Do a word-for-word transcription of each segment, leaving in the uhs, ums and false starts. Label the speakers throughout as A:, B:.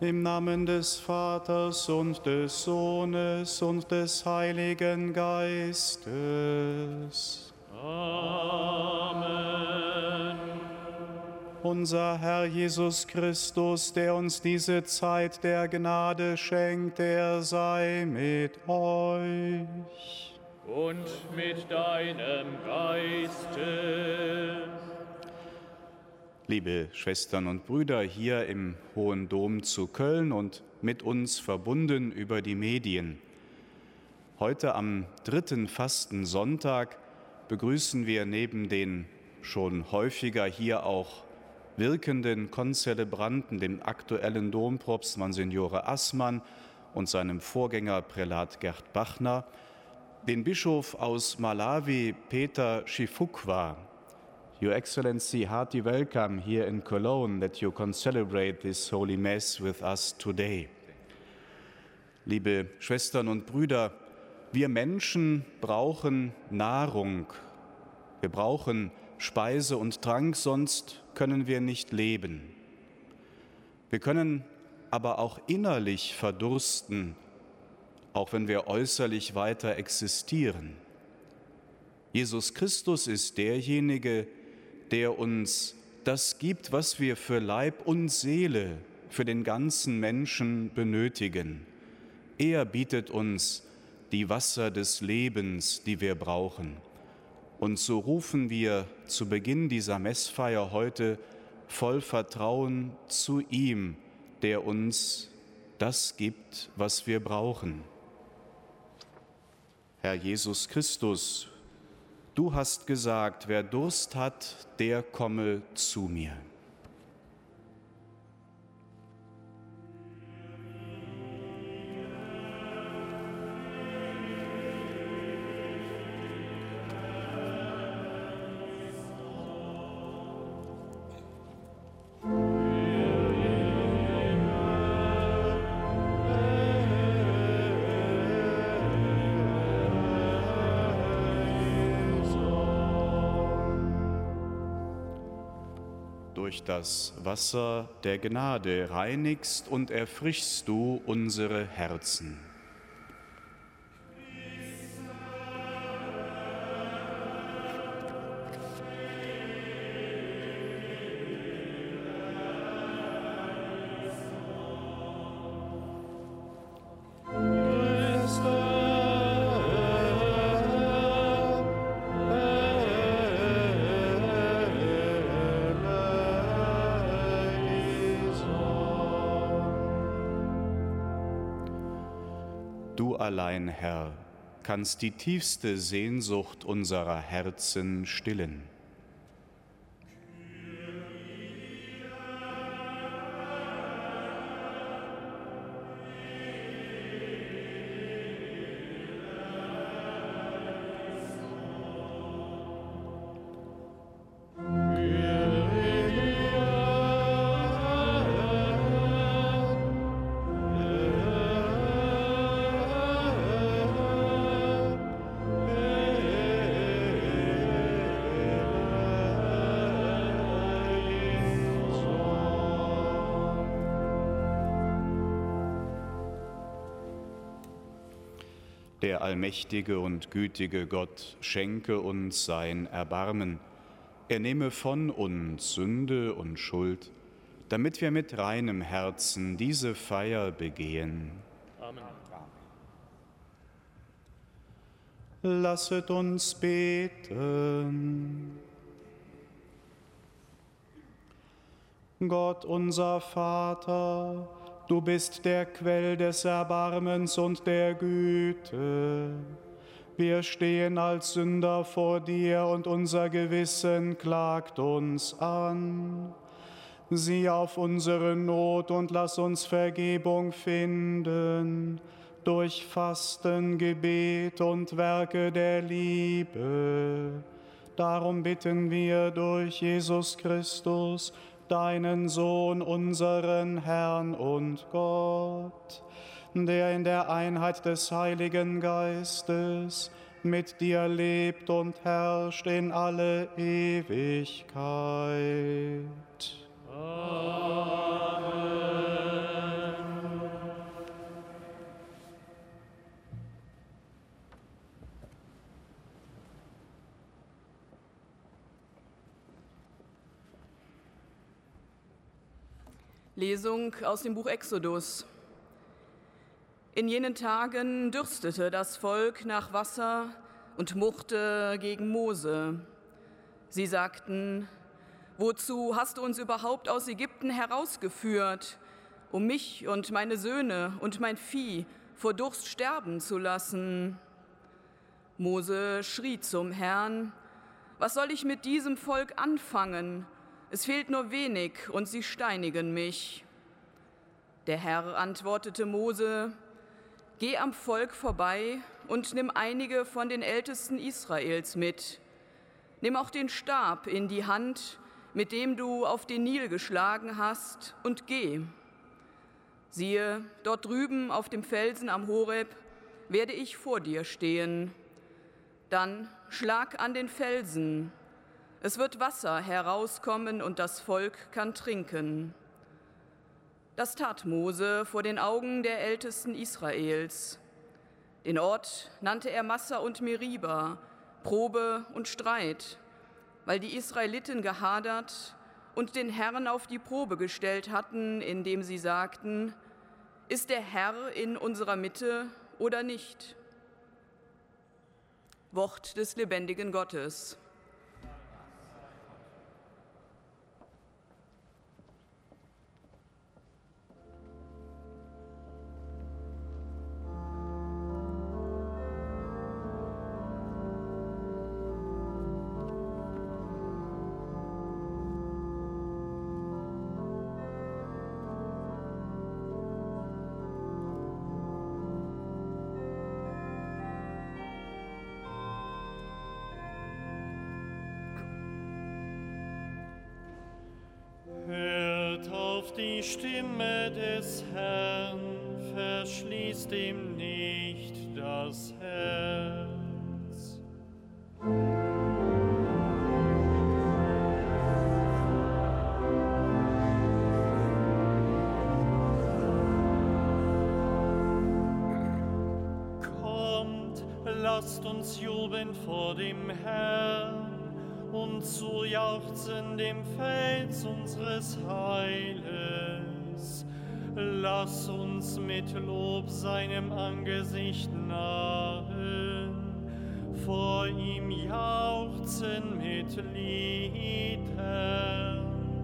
A: Im Namen des Vaters und des Sohnes und des Heiligen Geistes.
B: Amen.
A: Unser Herr Jesus Christus, der uns diese Zeit der Gnade schenkt, er sei mit euch.
B: Und mit deinem Geiste.
A: Liebe Schwestern und Brüder hier im Hohen Dom zu Köln und mit uns verbunden über die Medien. Heute am dritten Fastensonntag begrüßen wir neben den schon häufiger hier auch wirkenden Konzelebranten, dem aktuellen Dompropst Monsignore Assmann und seinem Vorgänger Prälat Gerd Bachner, den Bischof aus Malawi, Peter Chifukwa. Your Excellency, hearty welcome here in Cologne, that you can celebrate this Holy Mass with us today. Liebe Schwestern und Brüder, wir Menschen brauchen Nahrung. Wir brauchen Speise und Trank, sonst können wir nicht leben. Wir können aber auch innerlich verdursten, auch wenn wir äußerlich weiter existieren. Jesus Christus ist derjenige, der uns das gibt, was wir für Leib und Seele, für den ganzen Menschen benötigen. Er bietet uns die Wasser des Lebens, die wir brauchen. Und so rufen wir zu Beginn dieser Messfeier heute voll Vertrauen zu ihm, der uns das gibt, was wir brauchen. Herr Jesus Christus, du hast gesagt, wer Durst hat, der komme zu mir. Durch das Wasser der Gnade reinigst und erfrischst du unsere Herzen. Du allein, Herr, kannst die tiefste Sehnsucht unserer Herzen stillen. Der allmächtige und gütige Gott schenke uns sein Erbarmen. Er nehme von uns Sünde und Schuld, damit wir mit reinem Herzen diese Feier begehen.
B: Amen.
A: Lasset uns beten. Gott, unser Vater, du bist der Quell des Erbarmens und der Güte. Wir stehen als Sünder vor dir und unser Gewissen klagt uns an. Sieh auf unsere Not und lass uns Vergebung finden durch Fasten, Gebet und Werke der Liebe. Darum bitten wir durch Jesus Christus, deinen Sohn, unseren Herrn und Gott, der in der Einheit des Heiligen Geistes mit dir lebt und herrscht in alle Ewigkeit.
B: Amen.
C: Lesung aus dem Buch Exodus. In jenen Tagen dürstete das Volk nach Wasser und murrte gegen Mose. Sie sagten: Wozu hast du uns überhaupt aus Ägypten herausgeführt, um mich und meine Söhne und mein Vieh vor Durst sterben zu lassen? Mose schrie zum Herrn: Was soll ich mit diesem Volk anfangen? Es fehlt nur wenig und sie steinigen mich. Der Herr antwortete Mose: Geh am Volk vorbei und nimm einige von den Ältesten Israels mit. Nimm auch den Stab in die Hand, mit dem du auf den Nil geschlagen hast, und geh. Siehe, dort drüben auf dem Felsen am Horeb werde ich vor dir stehen. Dann schlag an den Felsen. Es wird Wasser herauskommen und das Volk kann trinken. Das tat Mose vor den Augen der Ältesten Israels. Den Ort nannte er Massa und Meriba, Probe und Streit, weil die Israeliten gehadert und den Herrn auf die Probe gestellt hatten, indem sie sagten: Ist der Herr in unserer Mitte oder nicht? Wort des lebendigen Gottes.
D: Die Stimme des Herrn verschließt ihm nicht das Herz. Kommt, lasst uns jubeln vor dem Herrn und zu jauchzen dem Fels unseres Heiles. Lass uns mit Lob seinem Angesicht nahen, vor ihm jauchzen mit Liedern.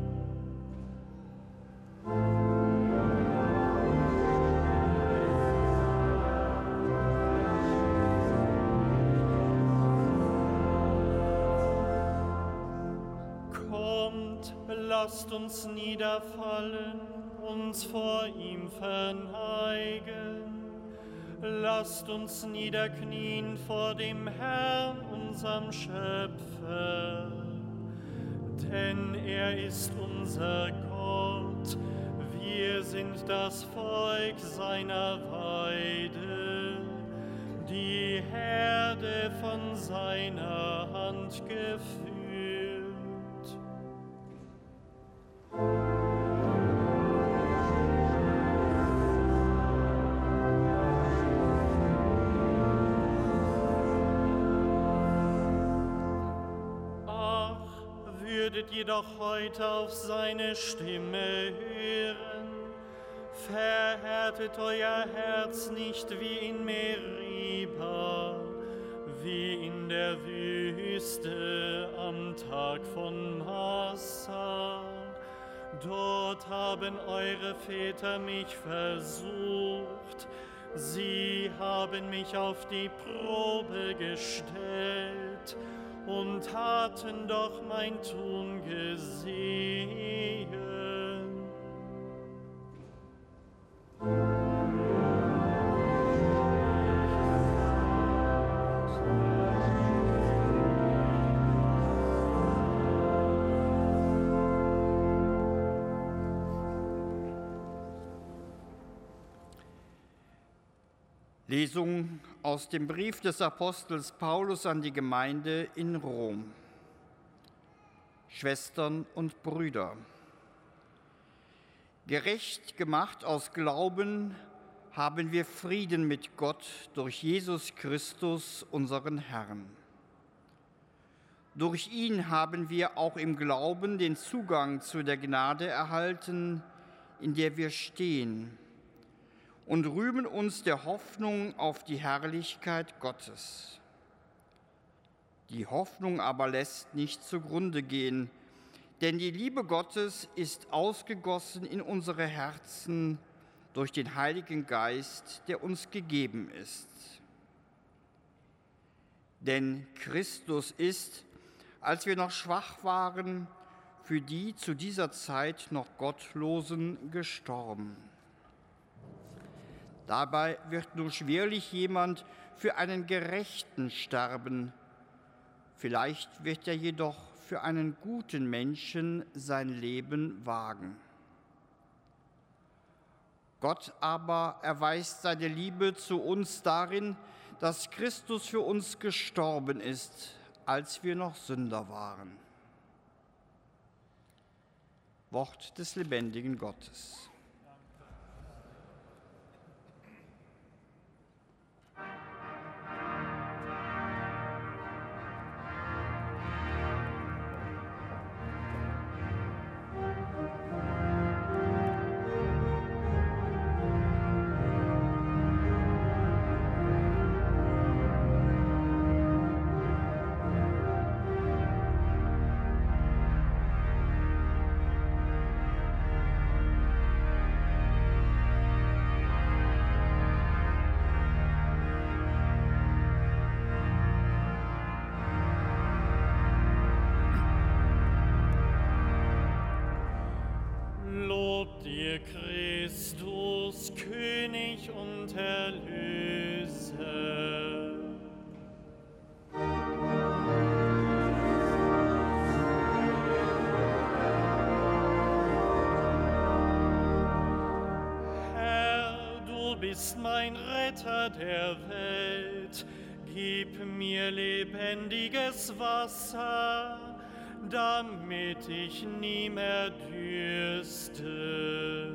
D: Lasst uns niederfallen, uns vor ihm verneigen. Lasst uns niederknien vor dem Herrn, unserem Schöpfer. Denn er ist unser Gott, wir sind das Volk seiner Weide, die Herde von seiner Hand geführt. Würdet ihr doch heute auf seine Stimme hören, verhärtet euer Herz nicht wie in Meriba, wie in der Wüste am Tag von Massa. Dort haben eure Väter mich versucht, sie haben mich auf die Probe gestellt und hatten doch mein Tun gesehen.
E: Lesung aus dem Brief des Apostels Paulus an die Gemeinde in Rom. Schwestern und Brüder, gerecht gemacht aus Glauben haben wir Frieden mit Gott durch Jesus Christus, unseren Herrn. Durch ihn haben wir auch im Glauben den Zugang zu der Gnade erhalten, in der wir stehen, und rühmen uns der Hoffnung auf die Herrlichkeit Gottes. Die Hoffnung aber lässt nicht zugrunde gehen, denn die Liebe Gottes ist ausgegossen in unsere Herzen durch den Heiligen Geist, der uns gegeben ist. Denn Christus ist, als wir noch schwach waren, für die zu dieser Zeit noch Gottlosen gestorben. Dabei wird nur schwerlich jemand für einen Gerechten sterben. Vielleicht wird er jedoch für einen guten Menschen sein Leben wagen. Gott aber erweist seine Liebe zu uns darin, dass Christus für uns gestorben ist, als wir noch Sünder waren. Wort des lebendigen Gottes.
D: Christus, König und Erlöser. Herr, du bist mein Retter der Welt. Gib mir lebendiges Wasser, damit ich nie mehr dürste.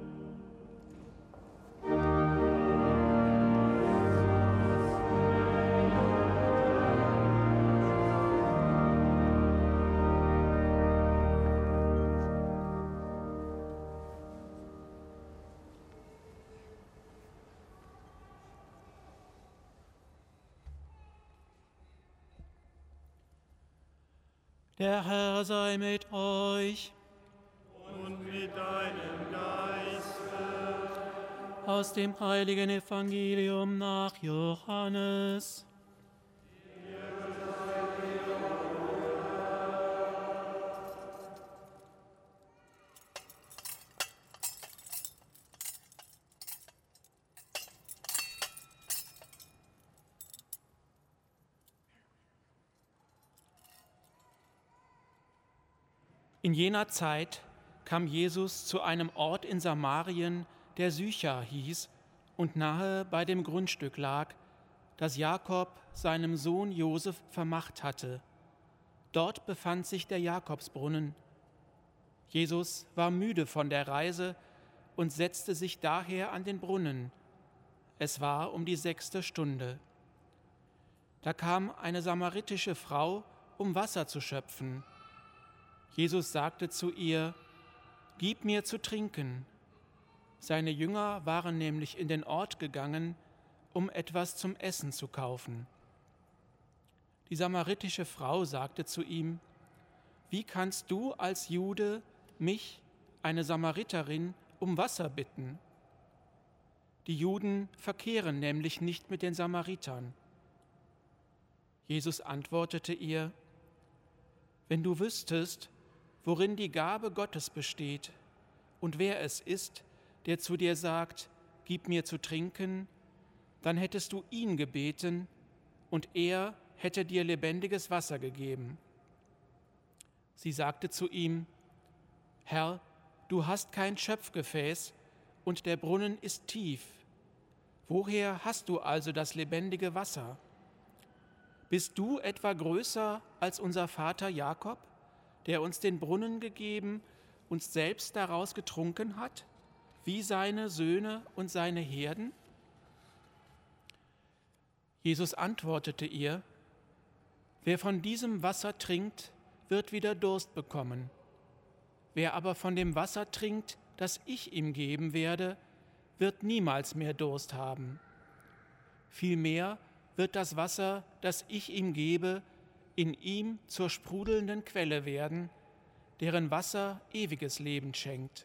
F: Der Herr sei mit euch.
D: Und mit deinem Geiste.
F: Aus dem heiligen Evangelium nach Johannes. In jener Zeit kam Jesus zu einem Ort in Samarien, der Sychar hieß und nahe bei dem Grundstück lag, das Jakob seinem Sohn Josef vermacht hatte. Dort befand sich der Jakobsbrunnen. Jesus war müde von der Reise und setzte sich daher an den Brunnen. Es war um die sechste Stunde. Da kam eine samaritische Frau, um Wasser zu schöpfen. Jesus sagte zu ihr: Gib mir zu trinken. Seine Jünger waren nämlich in den Ort gegangen, um etwas zum Essen zu kaufen. Die samaritische Frau sagte zu ihm: Wie kannst du als Jude mich, eine Samariterin, um Wasser bitten? Die Juden verkehren nämlich nicht mit den Samaritern. Jesus antwortete ihr: Wenn du wüsstest, worin die Gabe Gottes besteht und wer es ist, der zu dir sagt, gib mir zu trinken, dann hättest du ihn gebeten und er hätte dir lebendiges Wasser gegeben. Sie sagte zu ihm: Herr, du hast kein Schöpfgefäß und der Brunnen ist tief. Woher hast du also das lebendige Wasser? Bist du etwa größer als unser Vater Jakob, der uns den Brunnen gegeben, uns selbst daraus getrunken hat, wie seine Söhne und seine Herden? Jesus antwortete ihr: Wer von diesem Wasser trinkt, wird wieder Durst bekommen. Wer aber von dem Wasser trinkt, das ich ihm geben werde, wird niemals mehr Durst haben. Vielmehr wird das Wasser, das ich ihm gebe, in ihm zur sprudelnden Quelle werden, deren Wasser ewiges Leben schenkt.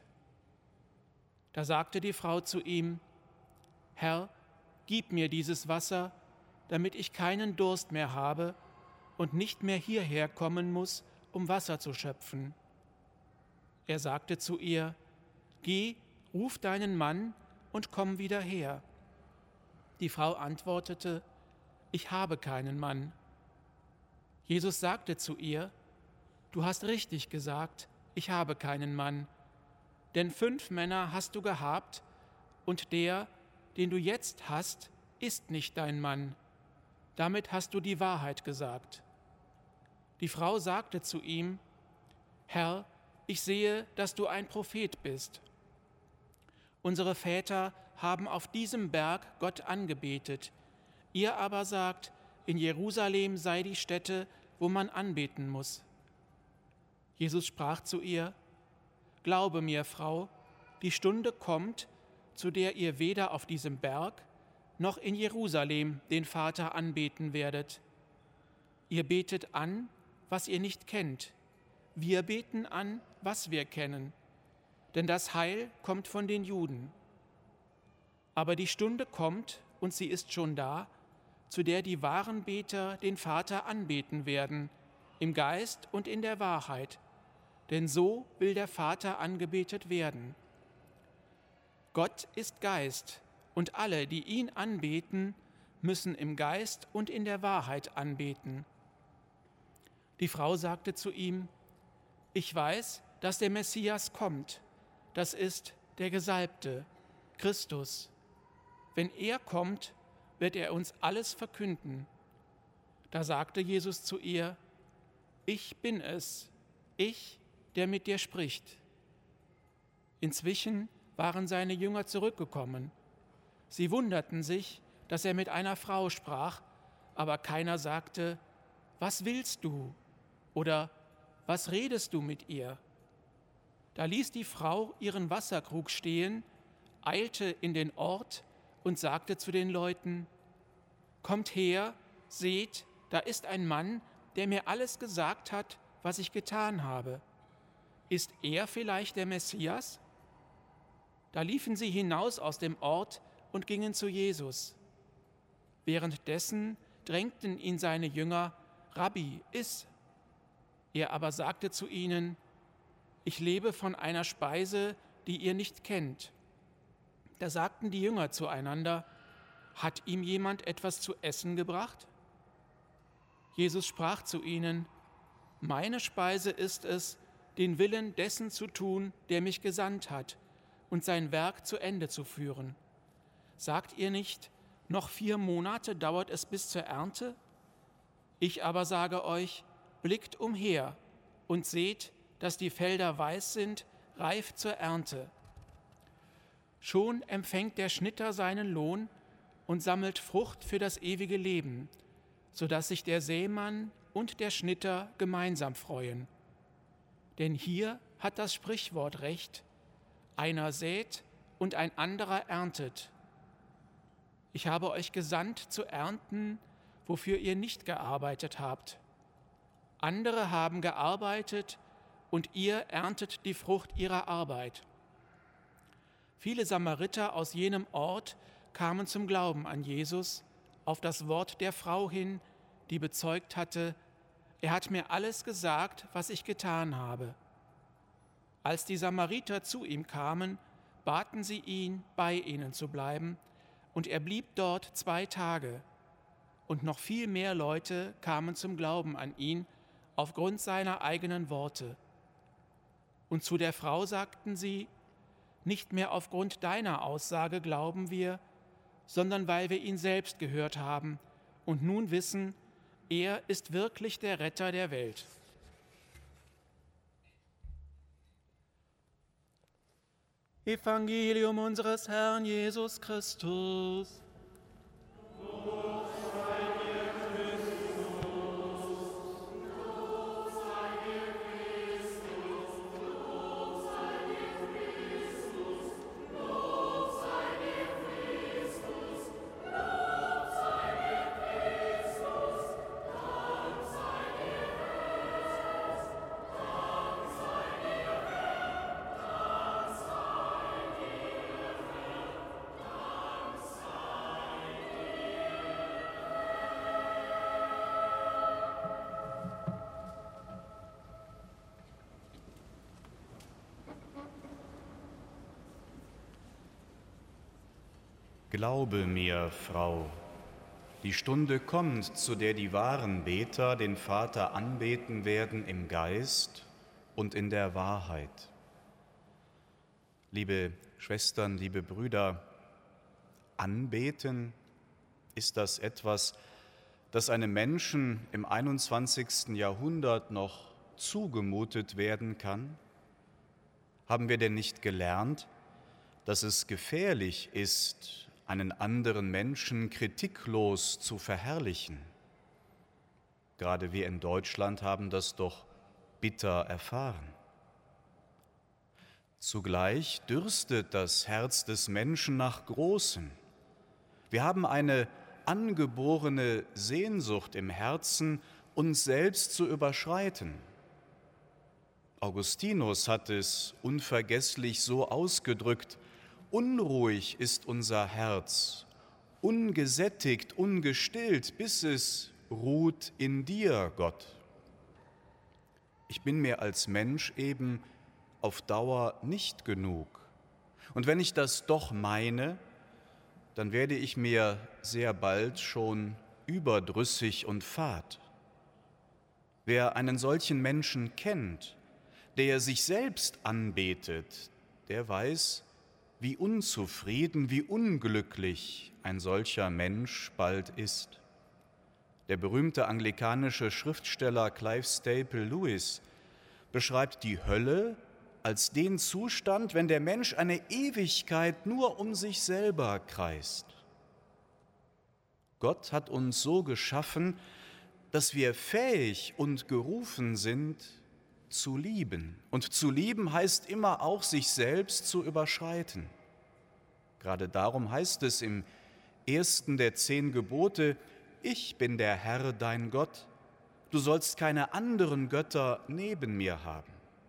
F: Da sagte die Frau zu ihm: Herr, gib mir dieses Wasser, damit ich keinen Durst mehr habe und nicht mehr hierher kommen muss, um Wasser zu schöpfen. Er sagte zu ihr: Geh, ruf deinen Mann und komm wieder her. Die Frau antwortete: Ich habe keinen Mann. Jesus sagte zu ihr: Du hast richtig gesagt, ich habe keinen Mann. Denn fünf Männer hast du gehabt, und der, den du jetzt hast, ist nicht dein Mann. Damit hast du die Wahrheit gesagt. Die Frau sagte zu ihm: Herr, ich sehe, dass du ein Prophet bist. Unsere Väter haben auf diesem Berg Gott angebetet. Ihr aber sagt, in Jerusalem sei die Stätte, wo man anbeten muss. Jesus sprach zu ihr: Glaube mir, Frau, die Stunde kommt, zu der ihr weder auf diesem Berg noch in Jerusalem den Vater anbeten werdet. Ihr betet an, was ihr nicht kennt. Wir beten an, was wir kennen. Denn das Heil kommt von den Juden. Aber die Stunde kommt, und sie ist schon da, zu der die wahren Beter den Vater anbeten werden, im Geist und in der Wahrheit. Denn so will der Vater angebetet werden. Gott ist Geist, und alle, die ihn anbeten, müssen im Geist und in der Wahrheit anbeten. Die Frau sagte zu ihm: Ich weiß, dass der Messias kommt, das ist der Gesalbte, Christus. Wenn er kommt, wird er uns alles verkünden. Da sagte Jesus zu ihr: Ich bin es, ich, der mit dir spricht. Inzwischen waren seine Jünger zurückgekommen. Sie wunderten sich, dass er mit einer Frau sprach, aber keiner sagte: Was willst du? Oder was redest du mit ihr? Da ließ die Frau ihren Wasserkrug stehen, eilte in den Ort und sagte zu den Leuten: Kommt her, seht, da ist ein Mann, der mir alles gesagt hat, was ich getan habe. Ist er vielleicht der Messias? Da liefen sie hinaus aus dem Ort und gingen zu Jesus. Währenddessen drängten ihn seine Jünger: Rabbi, iss! Er aber sagte zu ihnen: Ich lebe von einer Speise, die ihr nicht kennt. Da sagten die Jünger zueinander: Hat ihm jemand etwas zu essen gebracht? Jesus sprach zu ihnen: Meine Speise ist es, den Willen dessen zu tun, der mich gesandt hat, und sein Werk zu Ende zu führen. Sagt ihr nicht, noch vier Monate dauert es bis zur Ernte? Ich aber sage euch, blickt umher und seht, dass die Felder weiß sind, reif zur Ernte. Schon empfängt der Schnitter seinen Lohn und sammelt Frucht für das ewige Leben, sodass sich der Sämann und der Schnitter gemeinsam freuen. Denn hier hat das Sprichwort recht: Einer sät und ein anderer erntet. Ich habe euch gesandt zu ernten, wofür ihr nicht gearbeitet habt. Andere haben gearbeitet, und ihr erntet die Frucht ihrer Arbeit. Viele Samariter aus jenem Ort kamen zum Glauben an Jesus, auf das Wort der Frau hin, die bezeugt hatte: Er hat mir alles gesagt, was ich getan habe. Als die Samariter zu ihm kamen, baten sie ihn, bei ihnen zu bleiben, und er blieb dort zwei Tage. Und noch viel mehr Leute kamen zum Glauben an ihn, aufgrund seiner eigenen Worte. Und zu der Frau sagten sie: Nicht mehr aufgrund deiner Aussage glauben wir, sondern weil wir ihn selbst gehört haben und nun wissen, er ist wirklich der Retter der Welt. Evangelium unseres Herrn Jesus Christus.
A: Glaube mir, Frau, die Stunde kommt, zu der die wahren Beter den Vater anbeten werden im Geist und in der Wahrheit. Liebe Schwestern, liebe Brüder, anbeten, ist das etwas, das einem Menschen im einundzwanzigsten Jahrhundert noch zugemutet werden kann? Haben wir denn nicht gelernt, dass es gefährlich ist, einen anderen Menschen kritiklos zu verherrlichen? Gerade wir in Deutschland haben das doch bitter erfahren. Zugleich dürstet das Herz des Menschen nach Großem. Wir haben eine angeborene Sehnsucht im Herzen, uns selbst zu überschreiten. Augustinus hat es unvergesslich so ausgedrückt: Unruhig ist unser Herz, ungesättigt, ungestillt, bis es ruht in dir, Gott. Ich bin mir als Mensch eben auf Dauer nicht genug. Und wenn ich das doch meine, dann werde ich mir sehr bald schon überdrüssig und fad. Wer einen solchen Menschen kennt, der sich selbst anbetet, der weiß, wie unzufrieden, wie unglücklich ein solcher Mensch bald ist. Der berühmte anglikanische Schriftsteller Clive Staple Lewis beschreibt die Hölle als den Zustand, wenn der Mensch eine Ewigkeit nur um sich selber kreist. Gott hat uns so geschaffen, dass wir fähig und gerufen sind, zu lieben. Und zu lieben heißt immer auch, sich selbst zu überschreiten. Gerade darum heißt es im ersten der zehn Gebote: Ich bin der Herr, dein Gott. Du sollst keine anderen Götter neben mir haben.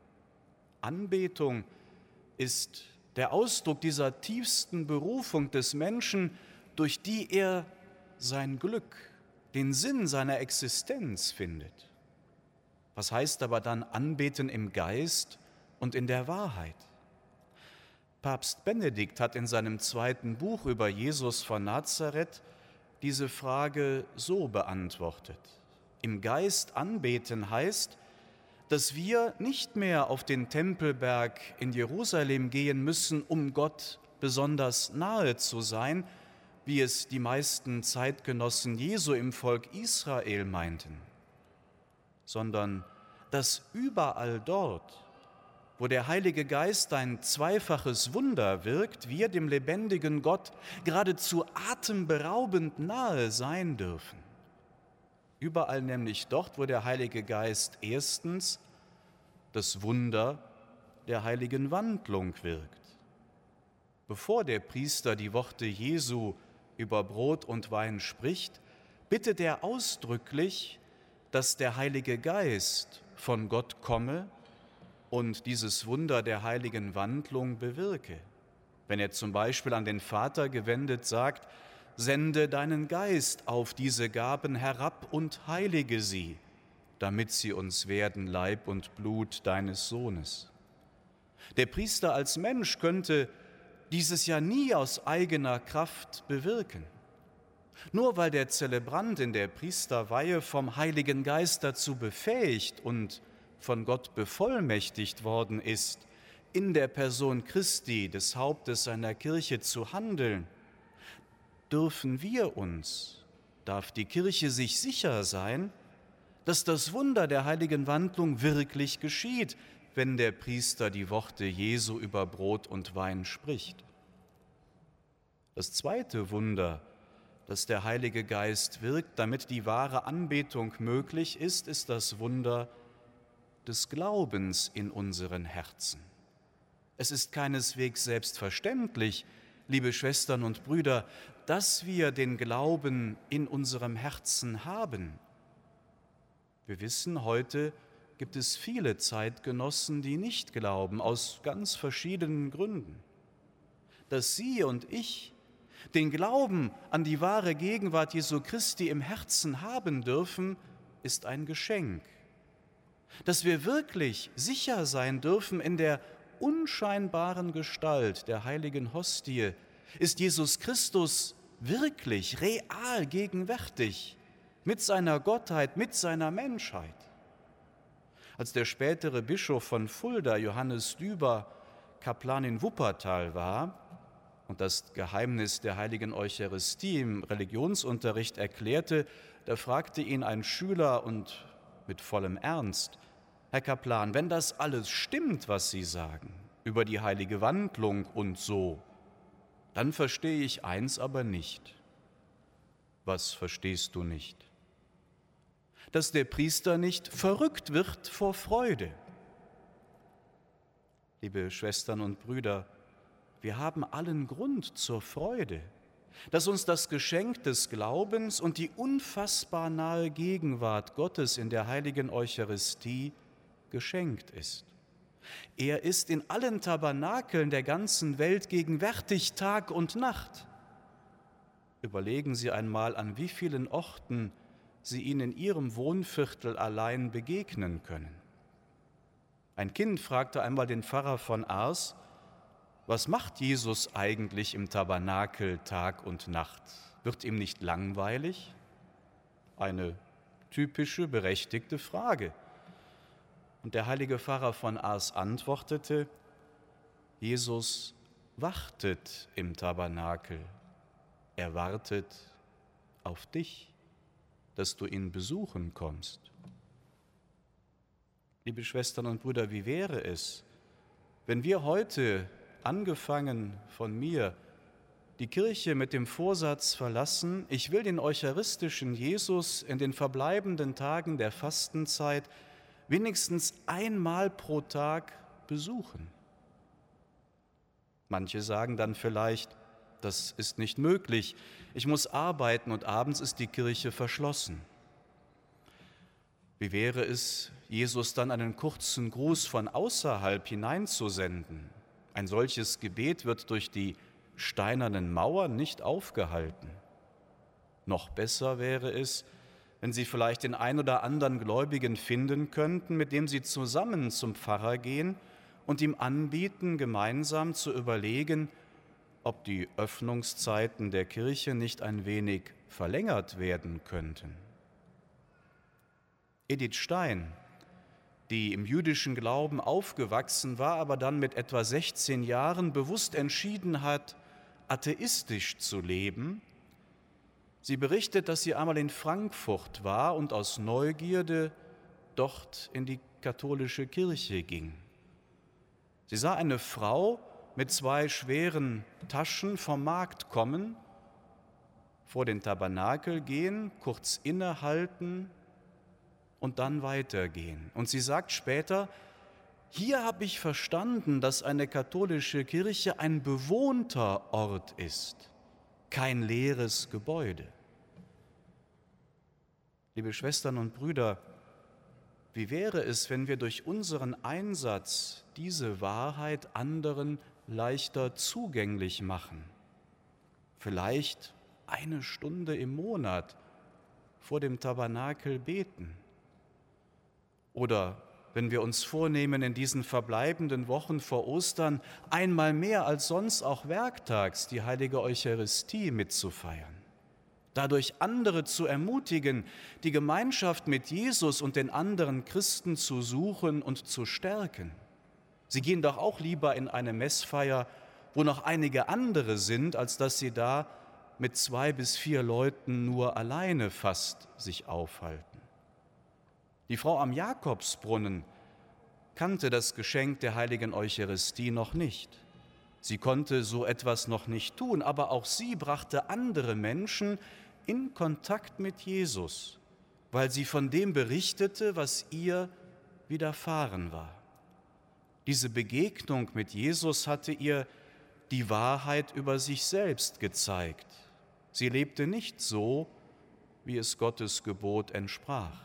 A: Anbetung ist der Ausdruck dieser tiefsten Berufung des Menschen, durch die er sein Glück, den Sinn seiner Existenz findet. Was heißt aber dann anbeten im Geist und in der Wahrheit? Papst Benedikt hat in seinem zweiten Buch über Jesus von Nazareth diese Frage so beantwortet: Im Geist anbeten heißt, dass wir nicht mehr auf den Tempelberg in Jerusalem gehen müssen, um Gott besonders nahe zu sein, wie es die meisten Zeitgenossen Jesu im Volk Israel meinten, sondern dass überall dort, wo der Heilige Geist ein zweifaches Wunder wirkt, wir dem lebendigen Gott geradezu atemberaubend nahe sein dürfen. Überall nämlich dort, wo der Heilige Geist erstens das Wunder der heiligen Wandlung wirkt. Bevor der Priester die Worte Jesu über Brot und Wein spricht, bittet er ausdrücklich, dass der Heilige Geist von Gott komme und dieses Wunder der heiligen Wandlung bewirke. Wenn er zum Beispiel an den Vater gewendet sagt: Sende deinen Geist auf diese Gaben herab und heilige sie, damit sie uns werden Leib und Blut deines Sohnes. Der Priester als Mensch könnte dieses ja nie aus eigener Kraft bewirken. Nur weil der Zelebrant in der Priesterweihe vom Heiligen Geist dazu befähigt und von Gott bevollmächtigt worden ist, in der Person Christi, des Hauptes seiner Kirche, zu handeln, dürfen wir uns, darf die Kirche sich sicher sein, dass das Wunder der heiligen Wandlung wirklich geschieht, wenn der Priester die Worte Jesu über Brot und Wein spricht. Das zweite Wunder, das der Heilige Geist wirkt, damit die wahre Anbetung möglich ist, ist das Wunder des Glaubens in unseren Herzen. Es ist keineswegs selbstverständlich, liebe Schwestern und Brüder, dass wir den Glauben in unserem Herzen haben. Wir wissen, heute gibt es viele Zeitgenossen, die nicht glauben, aus ganz verschiedenen Gründen. Dass Sie und ich den Glauben an die wahre Gegenwart Jesu Christi im Herzen haben dürfen, ist ein Geschenk. Dass wir wirklich sicher sein dürfen in der unscheinbaren Gestalt der heiligen Hostie, Ist Jesus Christus wirklich, real gegenwärtig mit seiner Gottheit, mit seiner Menschheit? Als der spätere Bischof von Fulda, Johannes Düber, Kaplan in Wuppertal war und das Geheimnis der heiligen Eucharistie im Religionsunterricht erklärte, da fragte ihn ein Schüler und mit vollem Ernst: Herr Kaplan, wenn das alles stimmt, was Sie sagen, über die heilige Wandlung und so, dann verstehe ich eins aber nicht. Was verstehst du nicht? Dass der Priester nicht verrückt wird vor Freude. Liebe Schwestern und Brüder, wir haben allen Grund zur Freude, dass uns das Geschenk des Glaubens und die unfassbar nahe Gegenwart Gottes in der heiligen Eucharistie geschenkt ist. Er ist in allen Tabernakeln der ganzen Welt gegenwärtig Tag und Nacht. Überlegen Sie einmal, an wie vielen Orten Sie ihn in Ihrem Wohnviertel allein begegnen können. Ein Kind fragte einmal den Pfarrer von Ars: Was macht Jesus eigentlich im Tabernakel Tag und Nacht? Wird ihm nicht langweilig? Eine typische, berechtigte Frage. Und der heilige Pfarrer von Ars antwortete: Jesus wartet im Tabernakel. Er wartet auf dich, dass du ihn besuchen kommst. Liebe Schwestern und Brüder, wie wäre es, wenn wir heute, angefangen von mir, die Kirche mit dem Vorsatz verlassen: Ich will den eucharistischen Jesus in den verbleibenden Tagen der Fastenzeit wenigstens einmal pro Tag besuchen. Manche sagen dann vielleicht: Das ist nicht möglich, ich muss arbeiten und abends ist die Kirche verschlossen. Wie wäre es, Jesus dann einen kurzen Gruß von außerhalb hineinzusenden? Ein solches Gebet wird durch die steinernen Mauern nicht aufgehalten. Noch besser wäre es, wenn Sie vielleicht den ein oder anderen Gläubigen finden könnten, mit dem Sie zusammen zum Pfarrer gehen und ihm anbieten, gemeinsam zu überlegen, ob die Öffnungszeiten der Kirche nicht ein wenig verlängert werden könnten. Edith Stein, die im jüdischen Glauben aufgewachsen war, aber dann mit etwa sechzehn Jahren bewusst entschieden hat, atheistisch zu leben. Sie berichtet, dass sie einmal in Frankfurt war und aus Neugierde dort in die katholische Kirche ging. Sie sah eine Frau mit zwei schweren Taschen vom Markt kommen, vor den Tabernakel gehen, kurz innehalten und dann weitergehen. Und sie sagt später: Hier habe ich verstanden, dass eine katholische Kirche ein bewohnter Ort ist, kein leeres Gebäude. Liebe Schwestern und Brüder, wie wäre es, wenn wir durch unseren Einsatz diese Wahrheit anderen leichter zugänglich machen? Vielleicht eine Stunde im Monat vor dem Tabernakel beten. Oder wenn wir uns vornehmen, in diesen verbleibenden Wochen vor Ostern einmal mehr als sonst auch werktags die heilige Eucharistie mitzufeiern. Dadurch andere zu ermutigen, die Gemeinschaft mit Jesus und den anderen Christen zu suchen und zu stärken. Sie gehen doch auch lieber in eine Messfeier, wo noch einige andere sind, als dass sie da mit zwei bis vier Leuten nur alleine fast sich aufhalten. Die Frau am Jakobsbrunnen kannte das Geschenk der heiligen Eucharistie noch nicht. Sie konnte so etwas noch nicht tun, aber auch sie brachte andere Menschen in Kontakt mit Jesus, weil sie von dem berichtete, was ihr widerfahren war. Diese Begegnung mit Jesus hatte ihr die Wahrheit über sich selbst gezeigt. Sie lebte nicht so, wie es Gottes Gebot entsprach.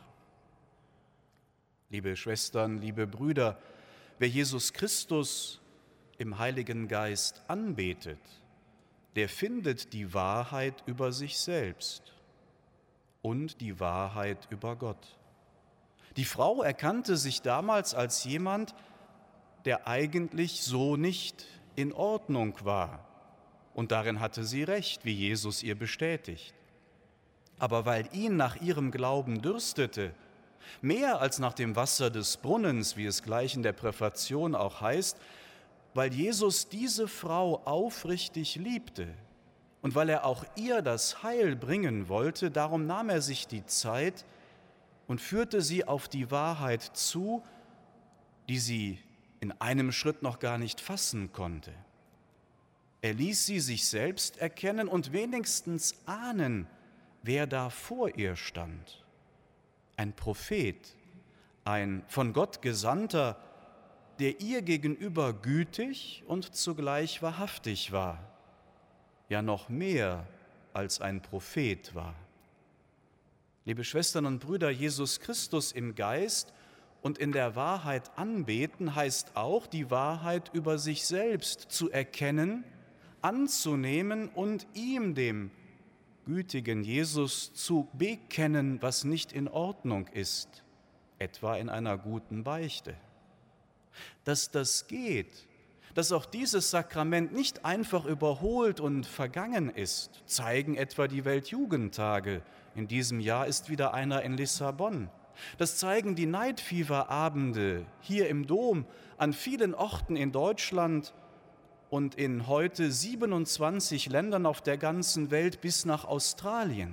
A: Liebe Schwestern, liebe Brüder, wer Jesus Christus im Heiligen Geist anbetet, der findet die Wahrheit über sich selbst und die Wahrheit über Gott. Die Frau erkannte sich damals als jemand, der eigentlich so nicht in Ordnung war Und darin hatte sie recht, wie Jesus ihr bestätigt. Aber weil ihn nach ihrem Glauben dürstete, mehr als nach dem Wasser des Brunnens, wie es gleich in der Präfation auch heißt, weil Jesus diese Frau aufrichtig liebte und weil er auch ihr das Heil bringen wollte, darum nahm er sich die Zeit und führte sie auf die Wahrheit zu, die sie in einem Schritt noch gar nicht fassen konnte. Er ließ sie sich selbst erkennen und wenigstens ahnen, wer da vor ihr stand. Ein Prophet, ein von Gott Gesandter, der ihr gegenüber gütig und zugleich wahrhaftig war, ja noch mehr als ein Prophet war. Liebe Schwestern und Brüder, Jesus Christus im Geist und in der Wahrheit anbeten heißt auch, die Wahrheit über sich selbst zu erkennen, anzunehmen und ihm, dem gütigen Jesus, zu bekennen, was nicht in Ordnung ist, etwa in einer guten Beichte. Dass das geht, dass auch dieses Sakrament nicht einfach überholt und vergangen ist, zeigen etwa die Weltjugendtage. In diesem Jahr ist wieder einer in Lissabon. Das zeigen die Night Fever Abende hier im Dom an vielen Orten in Deutschland und in heute siebenundzwanzig Ländern auf der ganzen Welt bis nach Australien.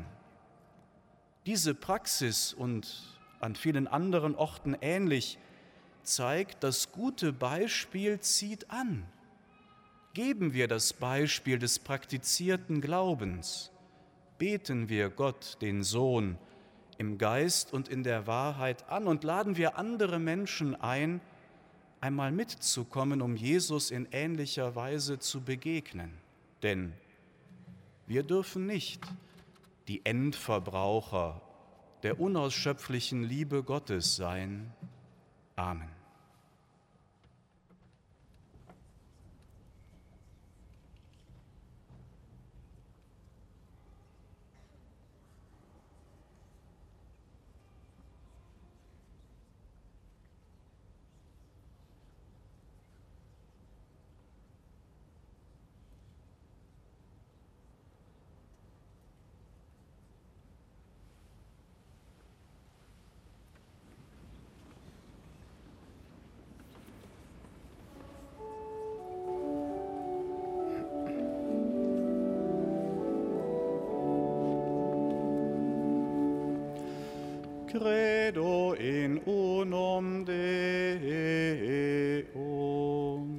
A: Diese Praxis und an vielen anderen Orten ähnlich zeigt, das gute Beispiel zieht an. Geben wir das Beispiel des praktizierten Glaubens, beten wir Gott, den Sohn, im Geist und in der Wahrheit an und laden wir andere Menschen ein, einmal mitzukommen, um Jesus in ähnlicher Weise zu begegnen. Denn wir dürfen nicht die Endverbraucher der unausschöpflichen Liebe Gottes sein. Amen. Credo in unum Deum.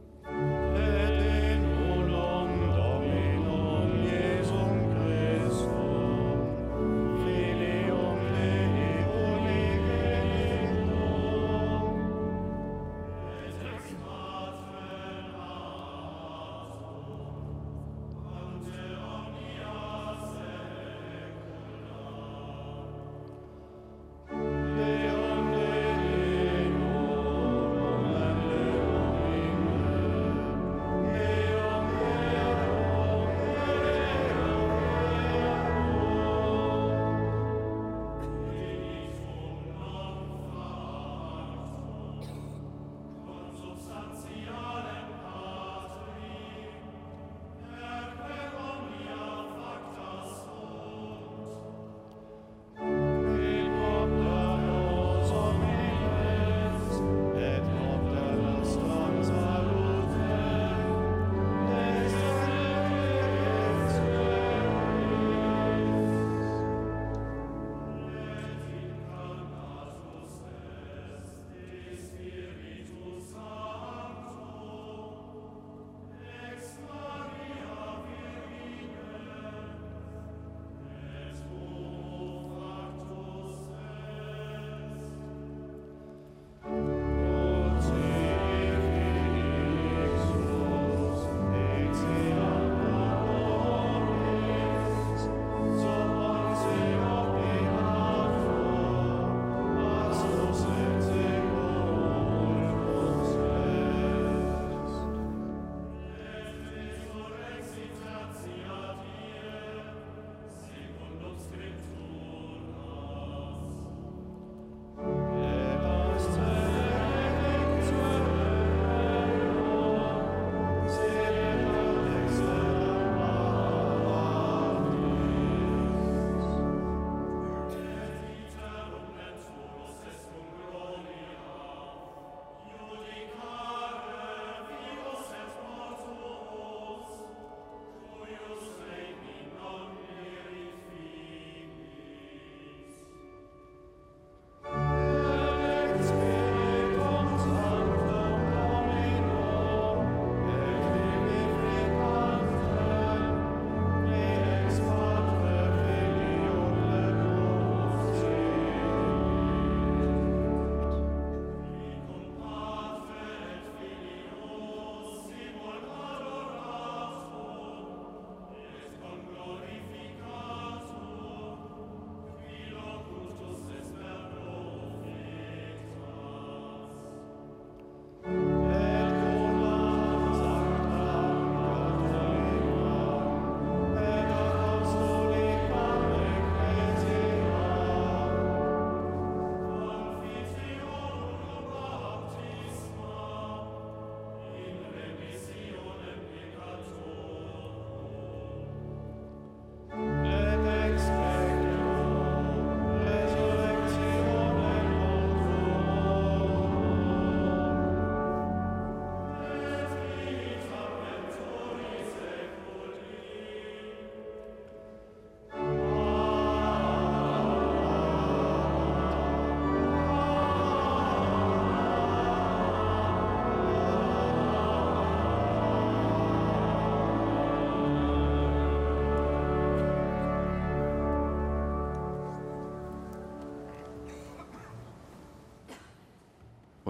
D: Et in unum Dominum Jesum Christum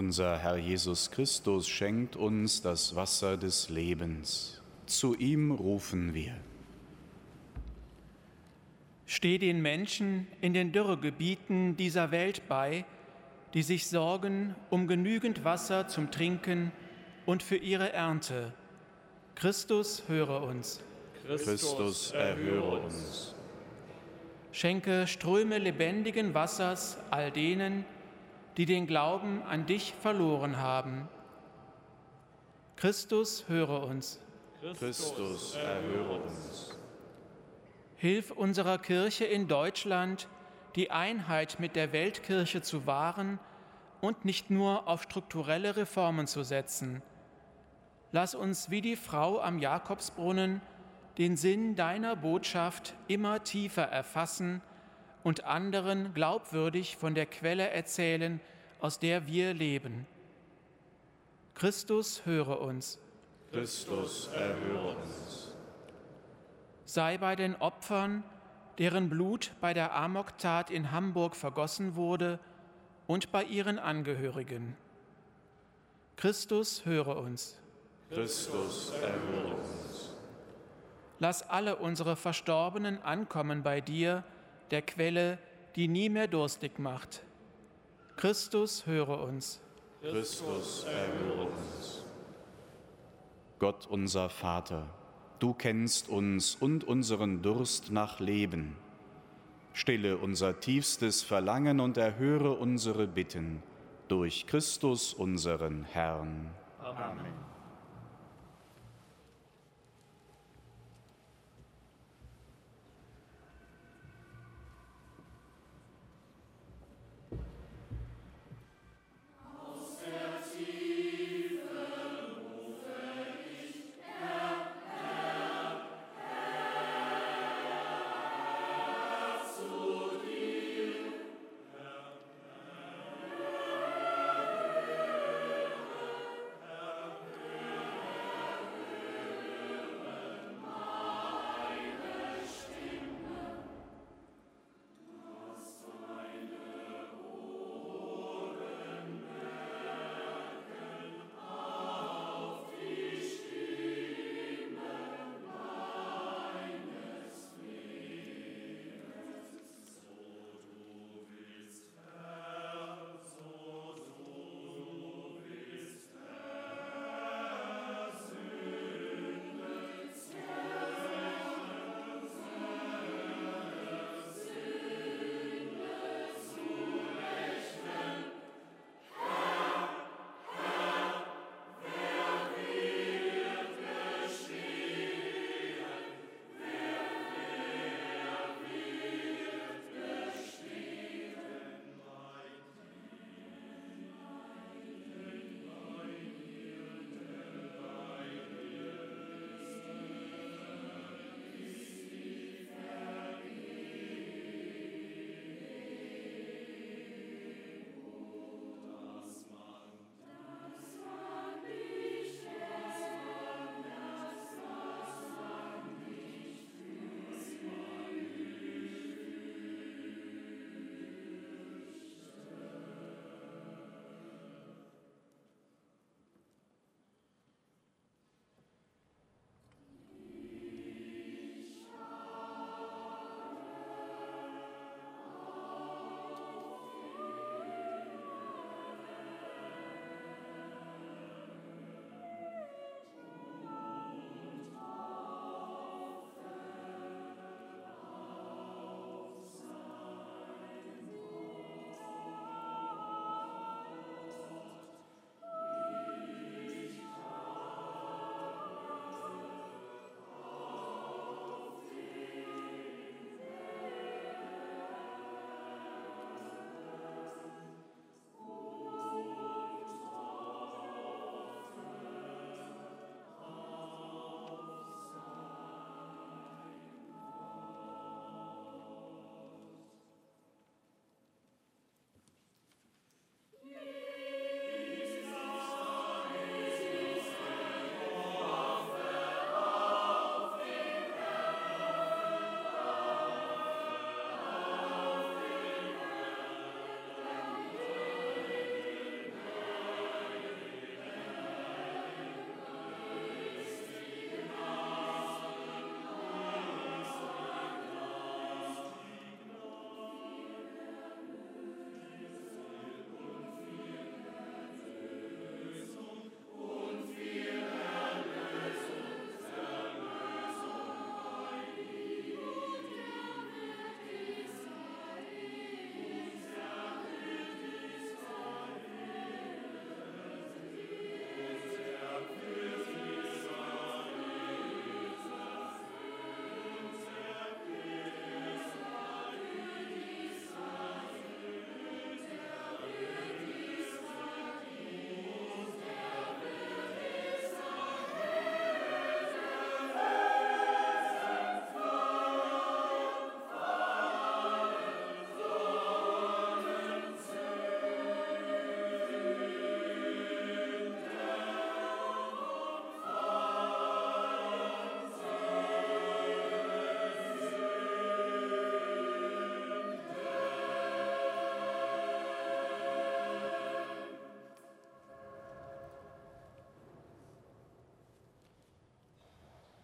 A: Unser Herr Jesus Christus schenkt uns das Wasser des Lebens. Zu ihm rufen wir.
F: Steh den Menschen in den Dürregebieten dieser Welt bei, die sich sorgen um genügend Wasser zum Trinken und für ihre Ernte. Christus, höre uns.
A: Christus, erhöre uns.
F: Schenke Ströme lebendigen Wassers all denen, die den Glauben an dich verloren haben. Christus, höre uns.
A: Christus, erhöre uns.
F: Hilf unserer Kirche in Deutschland, die Einheit mit der Weltkirche zu wahren und nicht nur auf strukturelle Reformen zu setzen. Lass uns wie die Frau am Jakobsbrunnen den Sinn deiner Botschaft immer tiefer erfassen und anderen glaubwürdig von der Quelle erzählen, aus der wir leben. Christus, höre uns.
A: Christus, erhöre uns.
F: Sei bei den Opfern, deren Blut bei der Amoktat in Hamburg vergossen wurde, und bei ihren Angehörigen. Christus, höre uns.
A: Christus, erhöre uns.
F: Lass alle unsere Verstorbenen ankommen bei dir, der Quelle, die nie mehr durstig macht. Christus, höre uns.
A: Christus, erhöre uns. Gott, unser Vater, du kennst uns und unseren Durst nach Leben. Stille unser tiefstes Verlangen und erhöre unsere Bitten durch Christus, unseren Herrn.
B: Amen.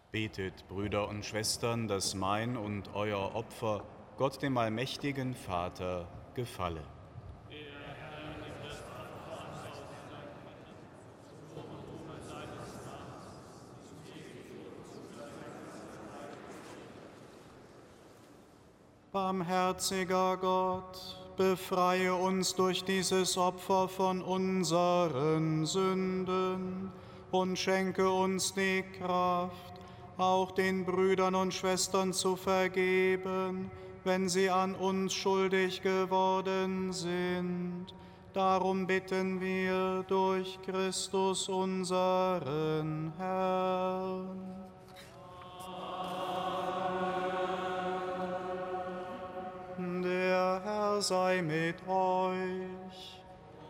A: Betet, Brüder und Schwestern, dass mein und euer Opfer Gott dem allmächtigen Vater gefalle. Barmherziger Gott, befreie uns durch dieses Opfer von unseren Sünden und schenke uns die Kraft, auch den Brüdern und Schwestern zu vergeben, wenn sie an uns schuldig geworden sind. Darum bitten wir durch Christus unseren Herrn. Der Herr sei mit euch.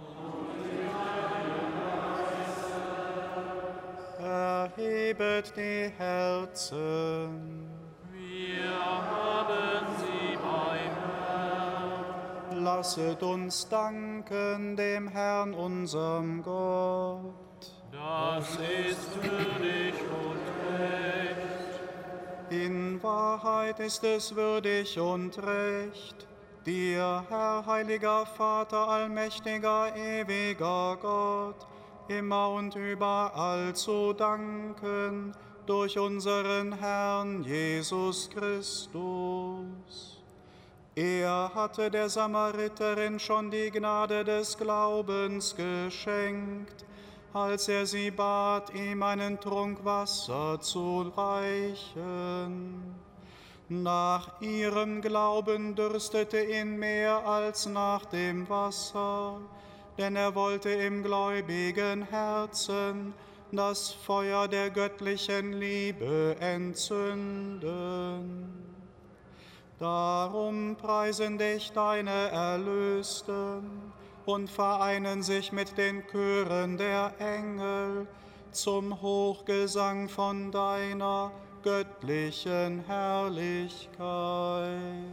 A: Erhebet die Herzen.
B: Wir haben sie beim Herrn.
A: Lasset uns danken dem Herrn, unserem Gott.
B: Das ist würdig und recht.
A: In Wahrheit ist es würdig und recht, dir, Herr, heiliger Vater, allmächtiger, ewiger Gott, immer und überall zu danken, durch unseren Herrn Jesus Christus. Er hatte der Samariterin schon die Gnade des Glaubens geschenkt, als er sie bat, ihm einen Trunk Wasser zu reichen. Nach ihrem Glauben dürstete ihn mehr als nach dem Wasser, denn er wollte im gläubigen Herzen das Feuer der göttlichen Liebe entzünden. Darum preisen dich deine Erlösten und vereinen sich mit den Chören der Engel zum Hochgesang von deiner göttlichen Herrlichkeit.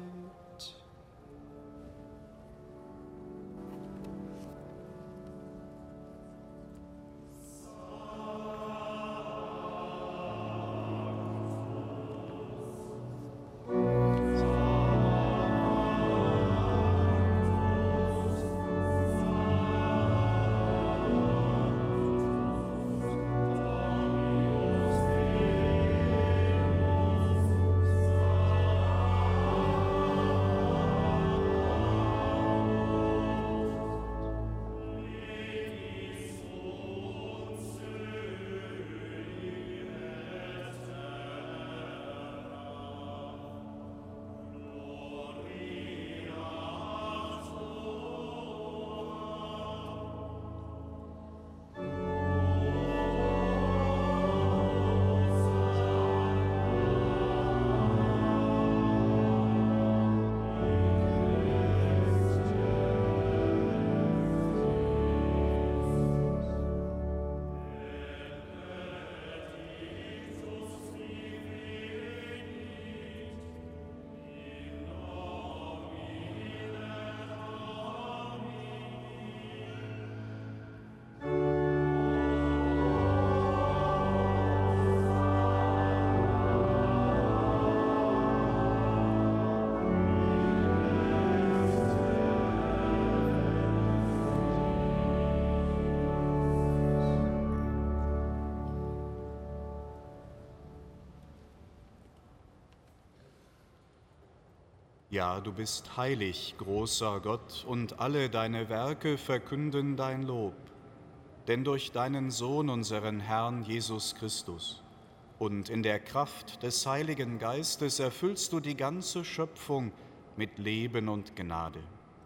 A: Ja, du bist heilig, großer Gott, und alle deine Werke verkünden dein Lob. Denn durch deinen Sohn, unseren Herrn Jesus Christus, und in der Kraft des Heiligen Geistes erfüllst du die ganze Schöpfung mit Leben und Gnade.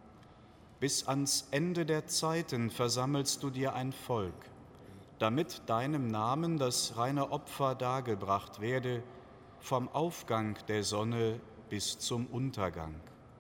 A: Bis ans Ende der Zeiten versammelst du dir ein Volk, damit deinem Namen das reine Opfer dargebracht werde, vom Aufgang der Sonne bis zum Untergang.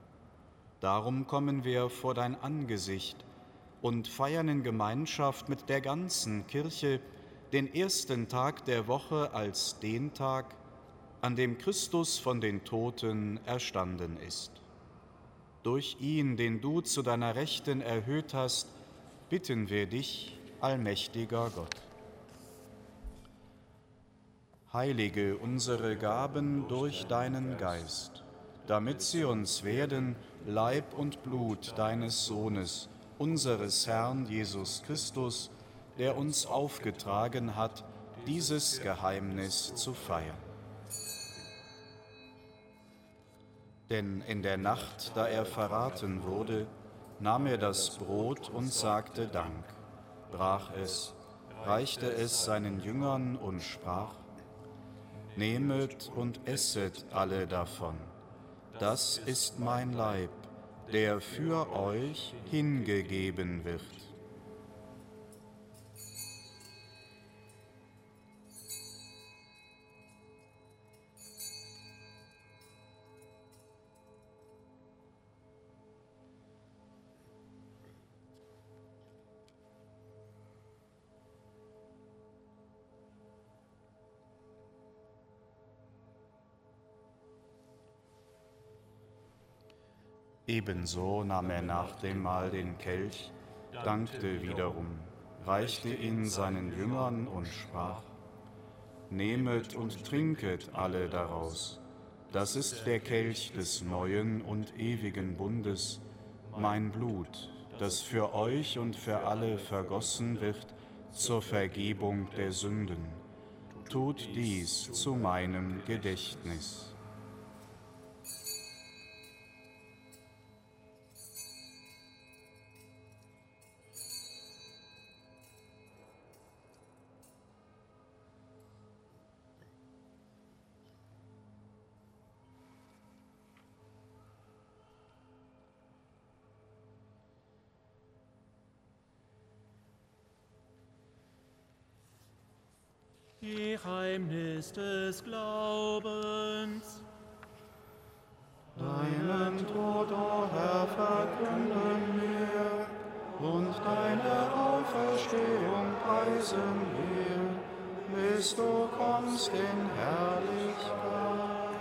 A: Darum kommen wir vor dein Angesicht und feiern in Gemeinschaft mit der ganzen Kirche den ersten Tag der Woche als den Tag, an dem Christus von den Toten erstanden ist. Durch ihn, den du zu deiner Rechten erhöht hast, bitten wir dich, allmächtiger Gott. Heilige unsere Gaben durch deinen Geist, damit sie uns werden Leib und Blut deines Sohnes, unseres Herrn Jesus Christus, der uns aufgetragen hat, dieses Geheimnis zu feiern. Denn in der Nacht, da er verraten wurde, nahm er das Brot und sagte Dank, brach es, reichte es seinen Jüngern und sprach: Nehmet und esset alle davon. Das ist mein Leib, der für euch hingegeben wird. Ebenso nahm er nach dem Mahl den Kelch, dankte wiederum, reichte ihn seinen Jüngern und sprach: Nehmet und trinket alle daraus. Das ist der Kelch des neuen und ewigen Bundes, mein Blut, das für euch und für alle vergossen wird zur Vergebung der Sünden. Tut dies zu meinem Gedächtnis.
B: Geheimnis des Glaubens.
A: Deinen Tod, o Herr, verkünden wir, und deine Auferstehung preisen wir, bis du kommst in Herrlichkeit.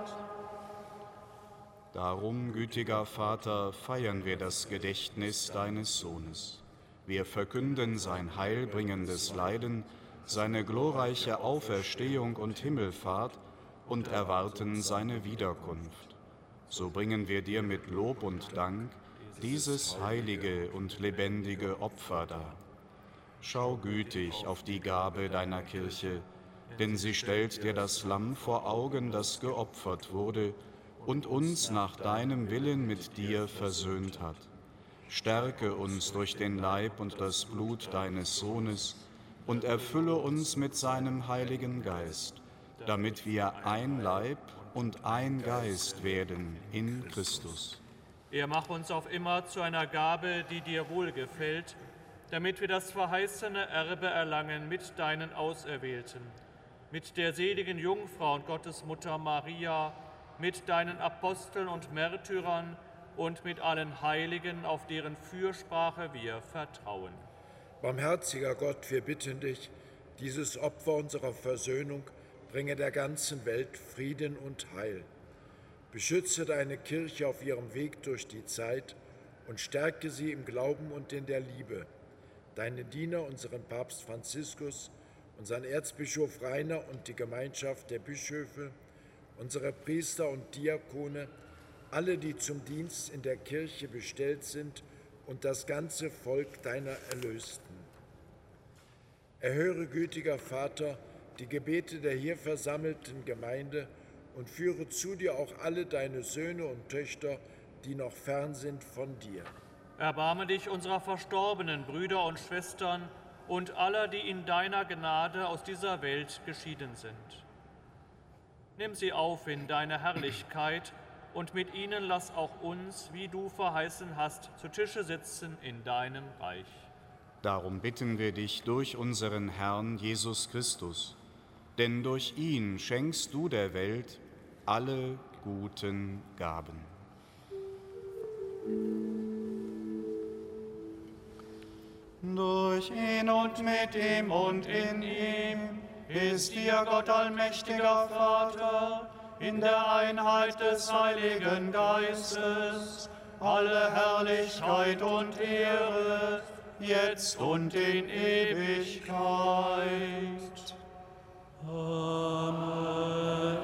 A: Darum, gütiger Vater, feiern wir das Gedächtnis deines Sohnes. Wir verkünden sein heilbringendes Leiden, seine glorreiche Auferstehung und Himmelfahrt und erwarten seine Wiederkunft. So bringen wir dir mit Lob und Dank dieses heilige und lebendige Opfer dar. Schau gütig auf die Gabe deiner Kirche, denn sie stellt dir das Lamm vor Augen, das geopfert wurde und uns nach deinem Willen mit dir versöhnt hat. Stärke uns durch den Leib und das Blut deines Sohnes und erfülle uns mit seinem Heiligen Geist, damit wir ein Leib und ein Geist werden in Christus.
B: Er mach uns auf immer zu einer Gabe, die dir wohlgefällt, damit wir das verheißene Erbe erlangen mit deinen Auserwählten, mit der seligen Jungfrau und Gottesmutter Maria, mit deinen Aposteln und Märtyrern und mit allen Heiligen, auf deren Fürsprache wir vertrauen.
G: Barmherziger Gott, wir bitten dich, dieses Opfer unserer Versöhnung bringe der ganzen Welt Frieden und Heil. Beschütze deine Kirche auf ihrem Weg durch die Zeit und stärke sie im Glauben und in der Liebe. Deine Diener, unseren Papst Franziskus, unseren Erzbischof Rainer und die Gemeinschaft der Bischöfe, unsere Priester und Diakone, alle, die zum Dienst in der Kirche bestellt sind, und das ganze Volk deiner Erlösten. Erhöre, gütiger Vater, die Gebete der hier versammelten Gemeinde und führe zu dir auch alle deine Söhne und Töchter, die noch fern sind von dir.
B: Erbarme dich unserer verstorbenen Brüder und Schwestern und aller, die in deiner Gnade aus dieser Welt geschieden sind. Nimm sie auf in deine Herrlichkeit, und mit ihnen lass auch uns, wie du verheißen hast, zu Tische sitzen in deinem Reich.
A: Darum bitten wir dich durch unseren Herrn Jesus Christus, denn durch ihn schenkst du der Welt alle guten Gaben.
D: Durch ihn und mit ihm und in ihm ist dir, Gott allmächtiger Vater, in der Einheit des Heiligen Geistes, alle Herrlichkeit und Ehre, jetzt und in Ewigkeit. Amen.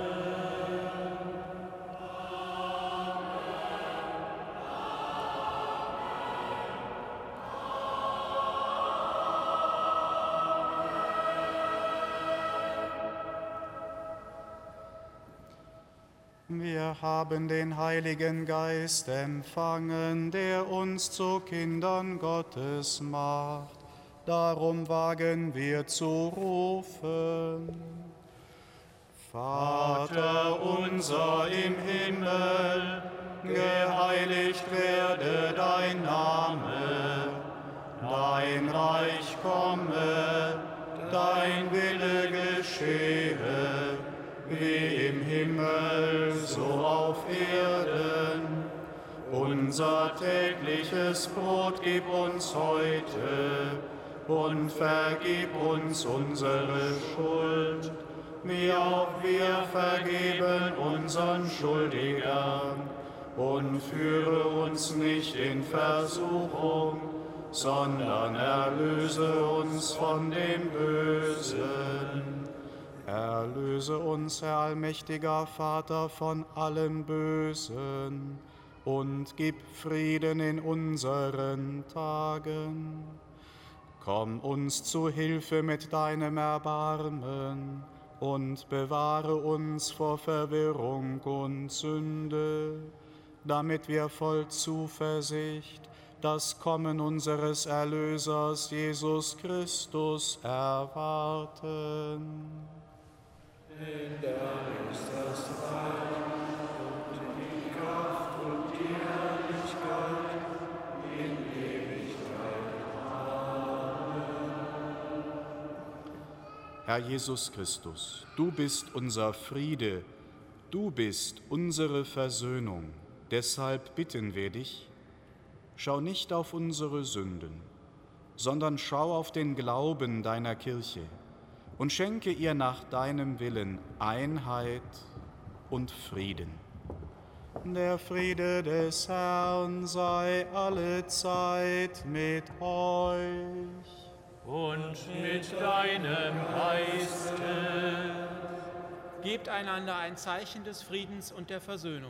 A: Wir haben den Heiligen Geist empfangen, der uns zu Kindern Gottes macht. Darum wagen wir zu rufen. Vater unser im Himmel, geheiligt werde dein Name. Dein Reich komme, dein Wille geschehe, wie im Himmel, so auf Erden. Unser tägliches Brot gib uns heute und vergib uns unsere Schuld, wie auch wir vergeben unseren Schuldigern. Und führe uns nicht in Versuchung, sondern erlöse uns von dem Bösen. Erlöse uns, Herr allmächtiger Vater, von allem Bösen und gib Frieden in unseren Tagen. Komm uns zu Hilfe mit deinem Erbarmen und bewahre uns vor Verwirrung und Sünde, damit wir voll Zuversicht das Kommen unseres Erlösers Jesus Christus erwarten.
G: Denn dein ist das Reich und die Kraft und die Herrlichkeit in Ewigkeit. Amen.
A: Herr Jesus Christus, du bist unser Friede, du bist unsere Versöhnung. Deshalb bitten wir dich, schau nicht auf unsere Sünden, sondern schau auf den Glauben deiner Kirche und schenke ihr nach deinem Willen Einheit und Frieden. Der Friede des Herrn sei allezeit mit euch.
B: Und mit deinem Geiste.
F: Gebt einander ein Zeichen des Friedens und der Versöhnung.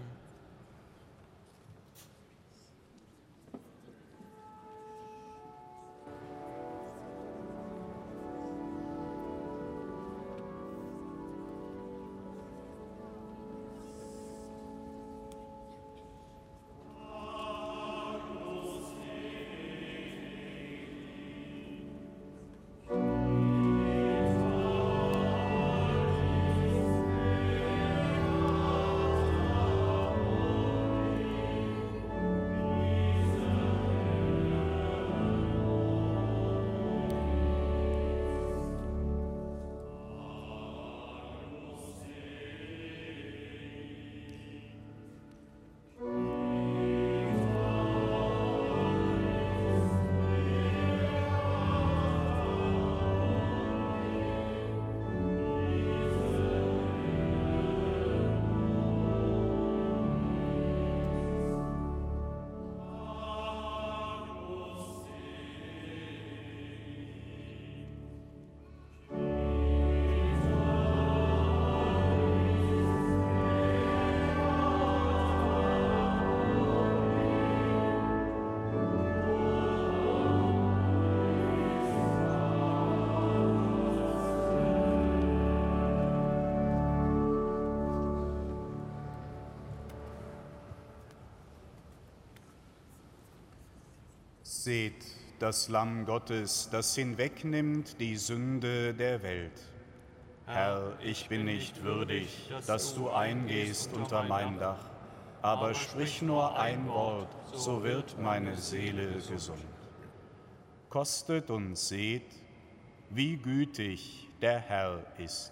A: Seht das Lamm Gottes, das hinwegnimmt die Sünde der Welt. Herr, ich bin nicht würdig, dass du eingehst unter mein Dach, aber sprich nur ein Wort, so wird meine Seele gesund. Kostet und seht, wie gütig der Herr ist.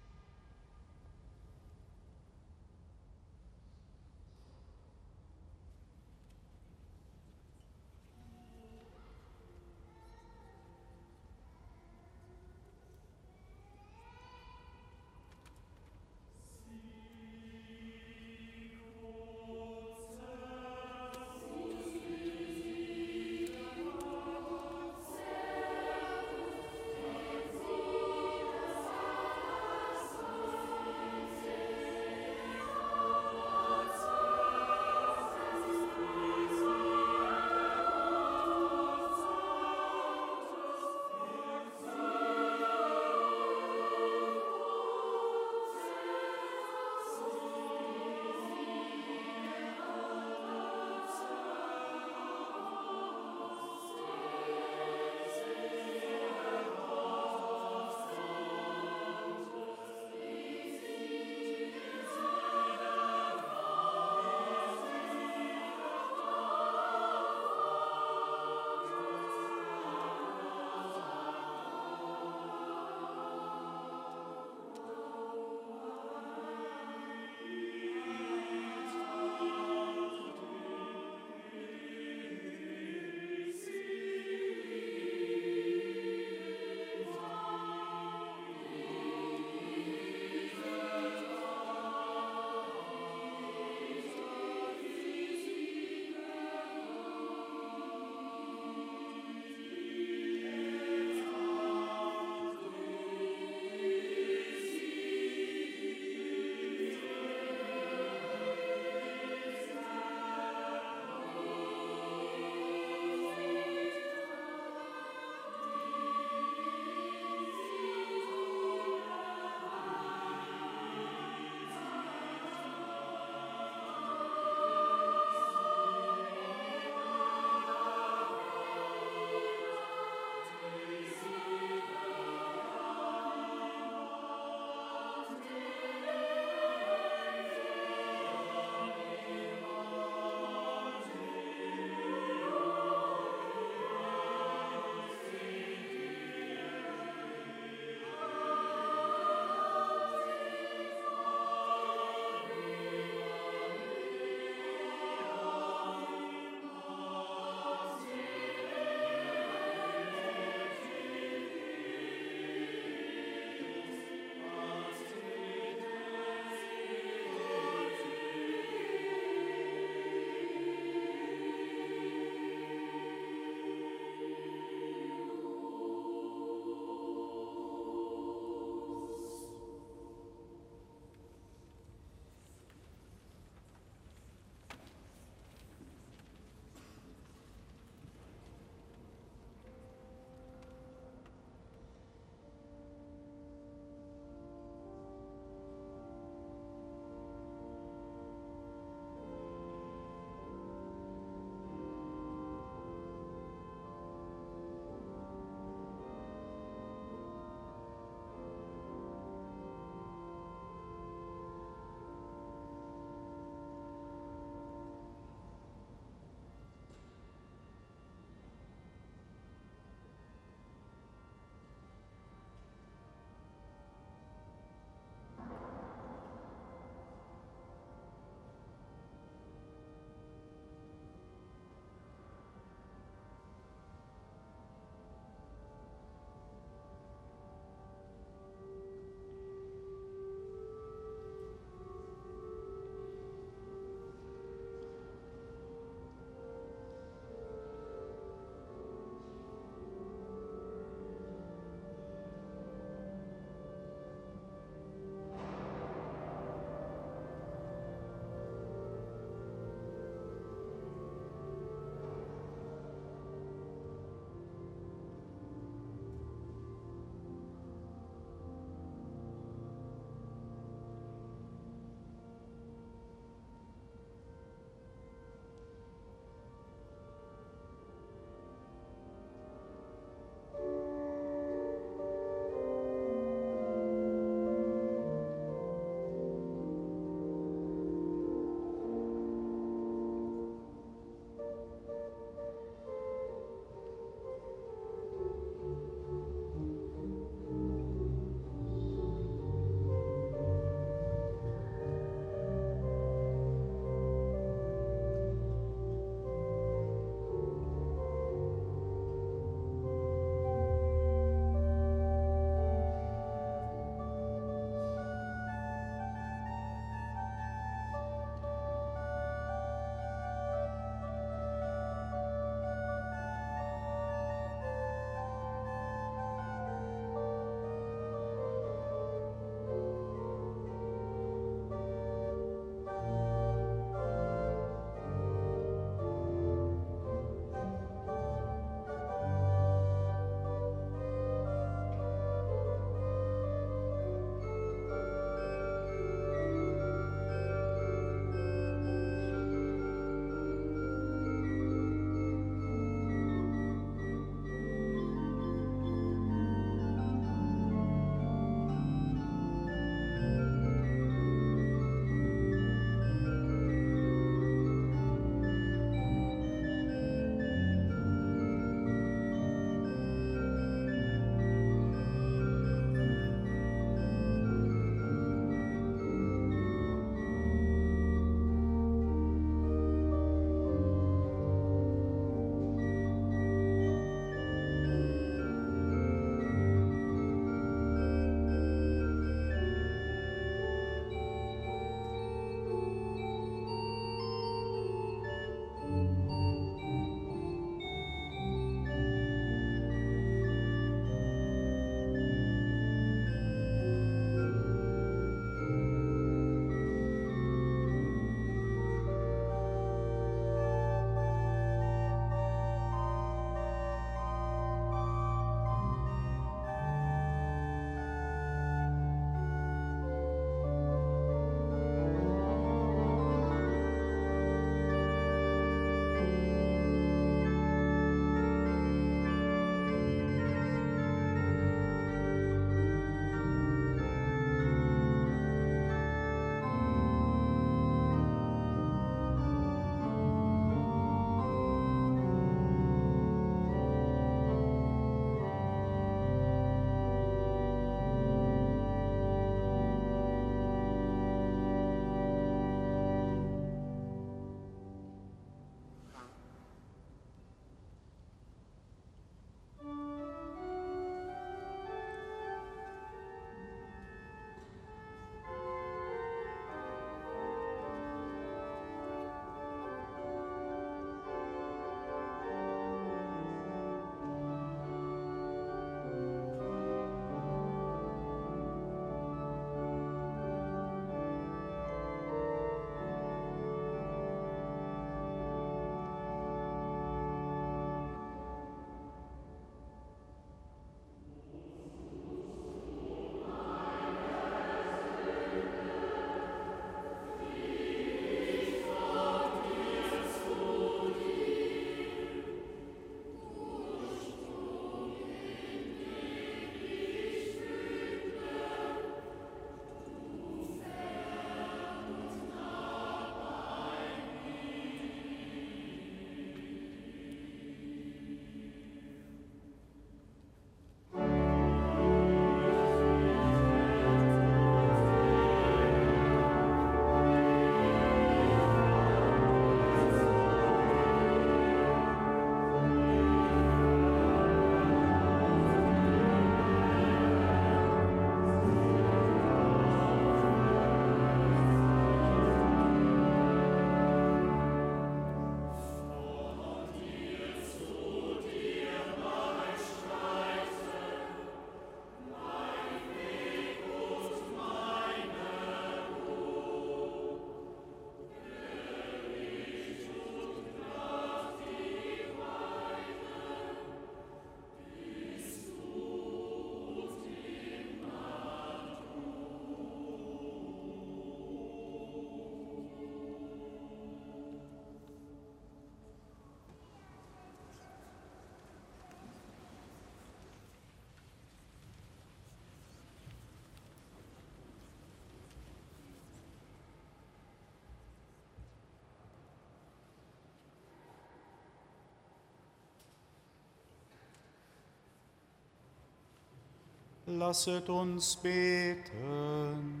A: Lasset uns beten.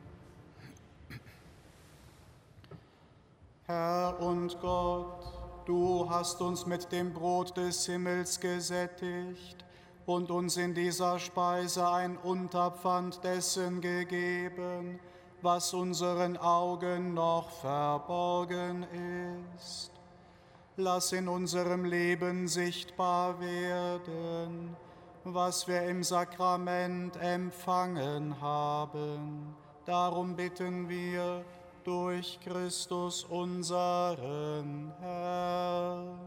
A: Herr und Gott, du hast uns mit dem Brot des Himmels gesättigt und uns in dieser Speise ein Unterpfand dessen gegeben, was unseren Augen noch verborgen ist. Lass in unserem Leben sichtbar werden, was wir im Sakrament empfangen haben. Darum bitten wir durch Christus unseren Herrn.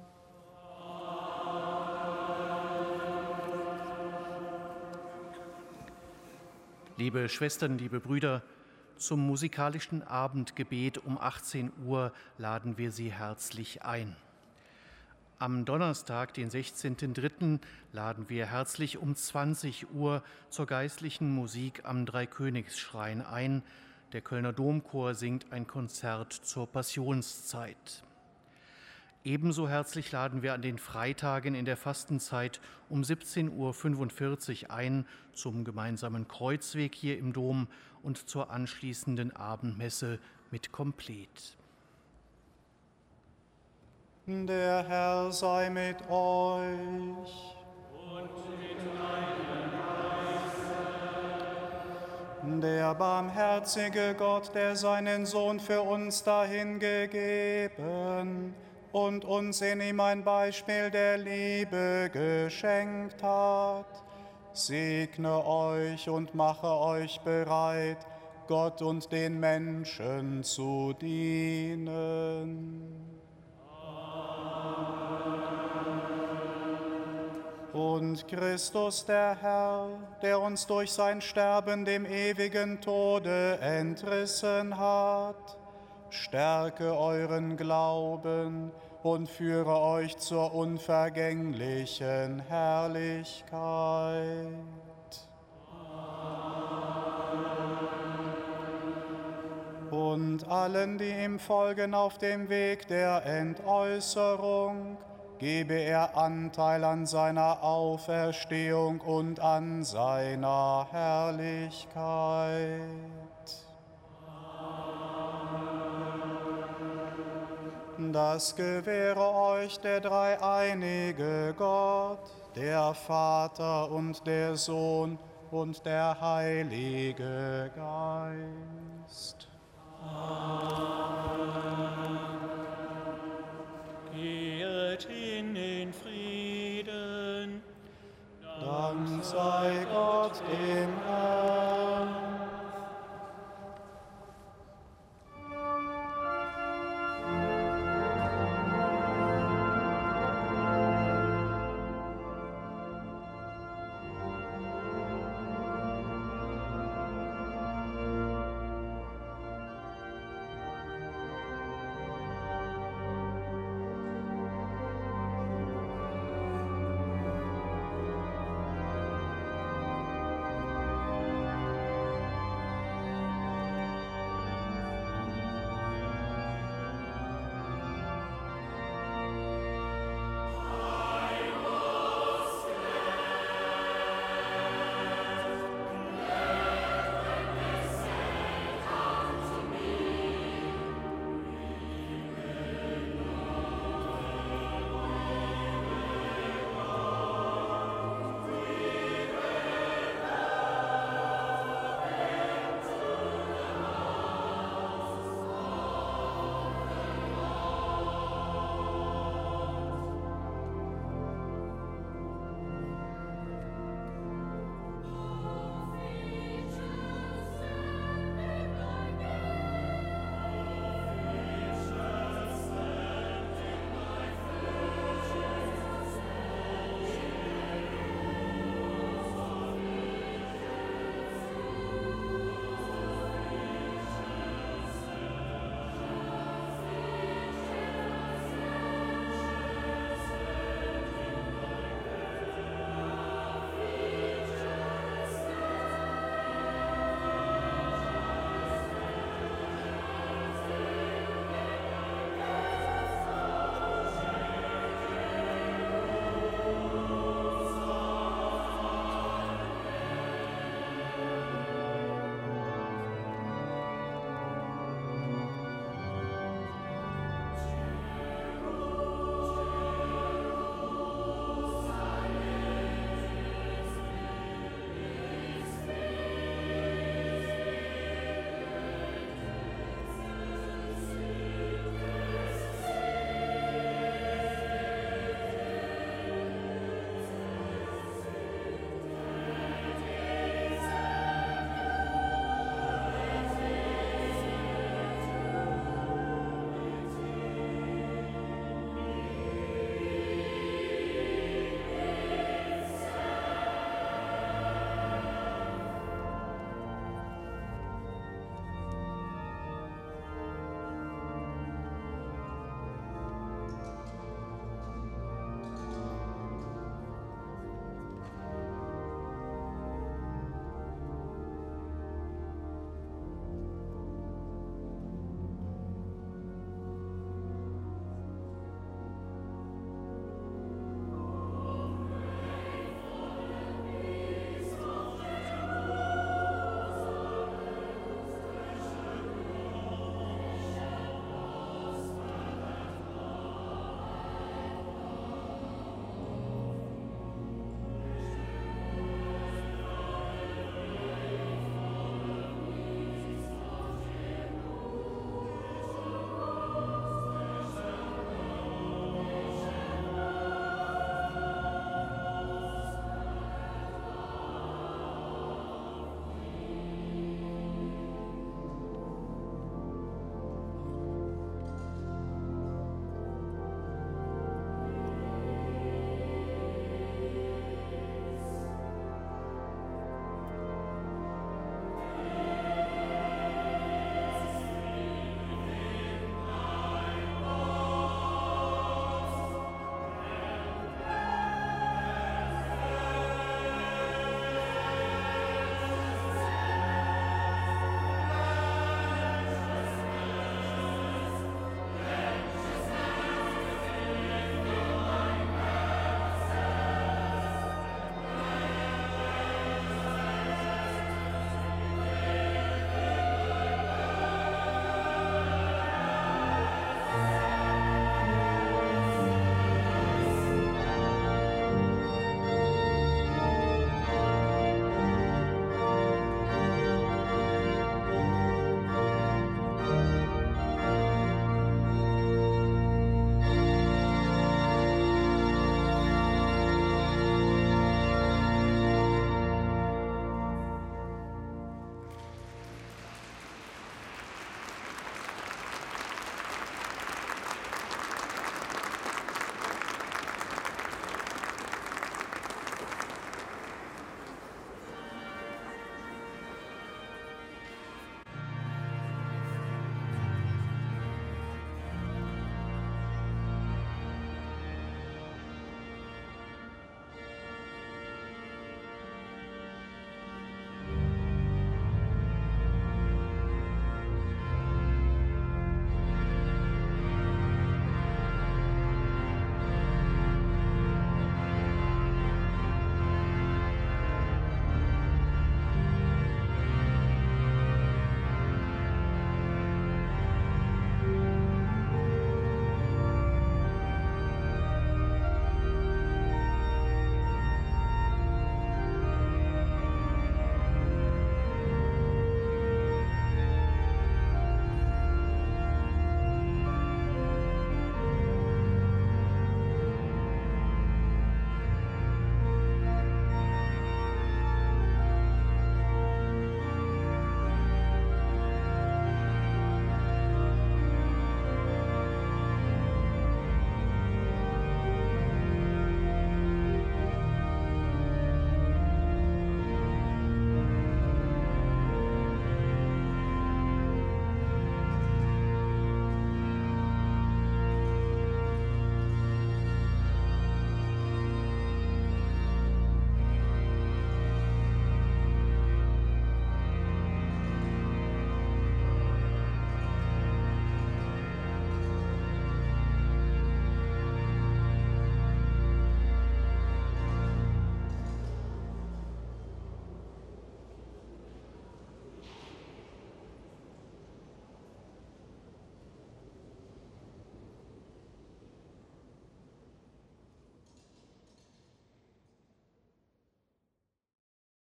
H: Liebe Schwestern, liebe Brüder, zum musikalischen Abendgebet um achtzehn Uhr laden wir Sie herzlich ein. Am Donnerstag, den sechzehnten dritten laden wir herzlich um zwanzig Uhr zur geistlichen Musik am Dreikönigsschrein ein. Der Kölner Domchor singt ein Konzert zur Passionszeit. Ebenso herzlich laden wir an den Freitagen in der Fastenzeit um siebzehn Uhr fünfundvierzig ein zum gemeinsamen Kreuzweg hier im Dom und zur anschließenden Abendmesse mit Komplet.
A: Der Herr sei mit euch.
D: Und mit deinem Geiste.
A: Der barmherzige Gott, der seinen Sohn für uns dahingegeben und uns in ihm ein Beispiel der Liebe geschenkt hat, segne euch und mache euch bereit, Gott und den Menschen zu dienen. Und Christus der Herr, der uns durch sein Sterben dem ewigen Tode entrissen hat, stärke euren Glauben und führe euch zur unvergänglichen Herrlichkeit. Und allen, die ihm folgen auf dem Weg der Entäußerung, gebe er Anteil an seiner Auferstehung und an seiner Herrlichkeit. Das gewähre euch der dreieinige Gott, der Vater und der Sohn und der Heilige Geist.
D: Geht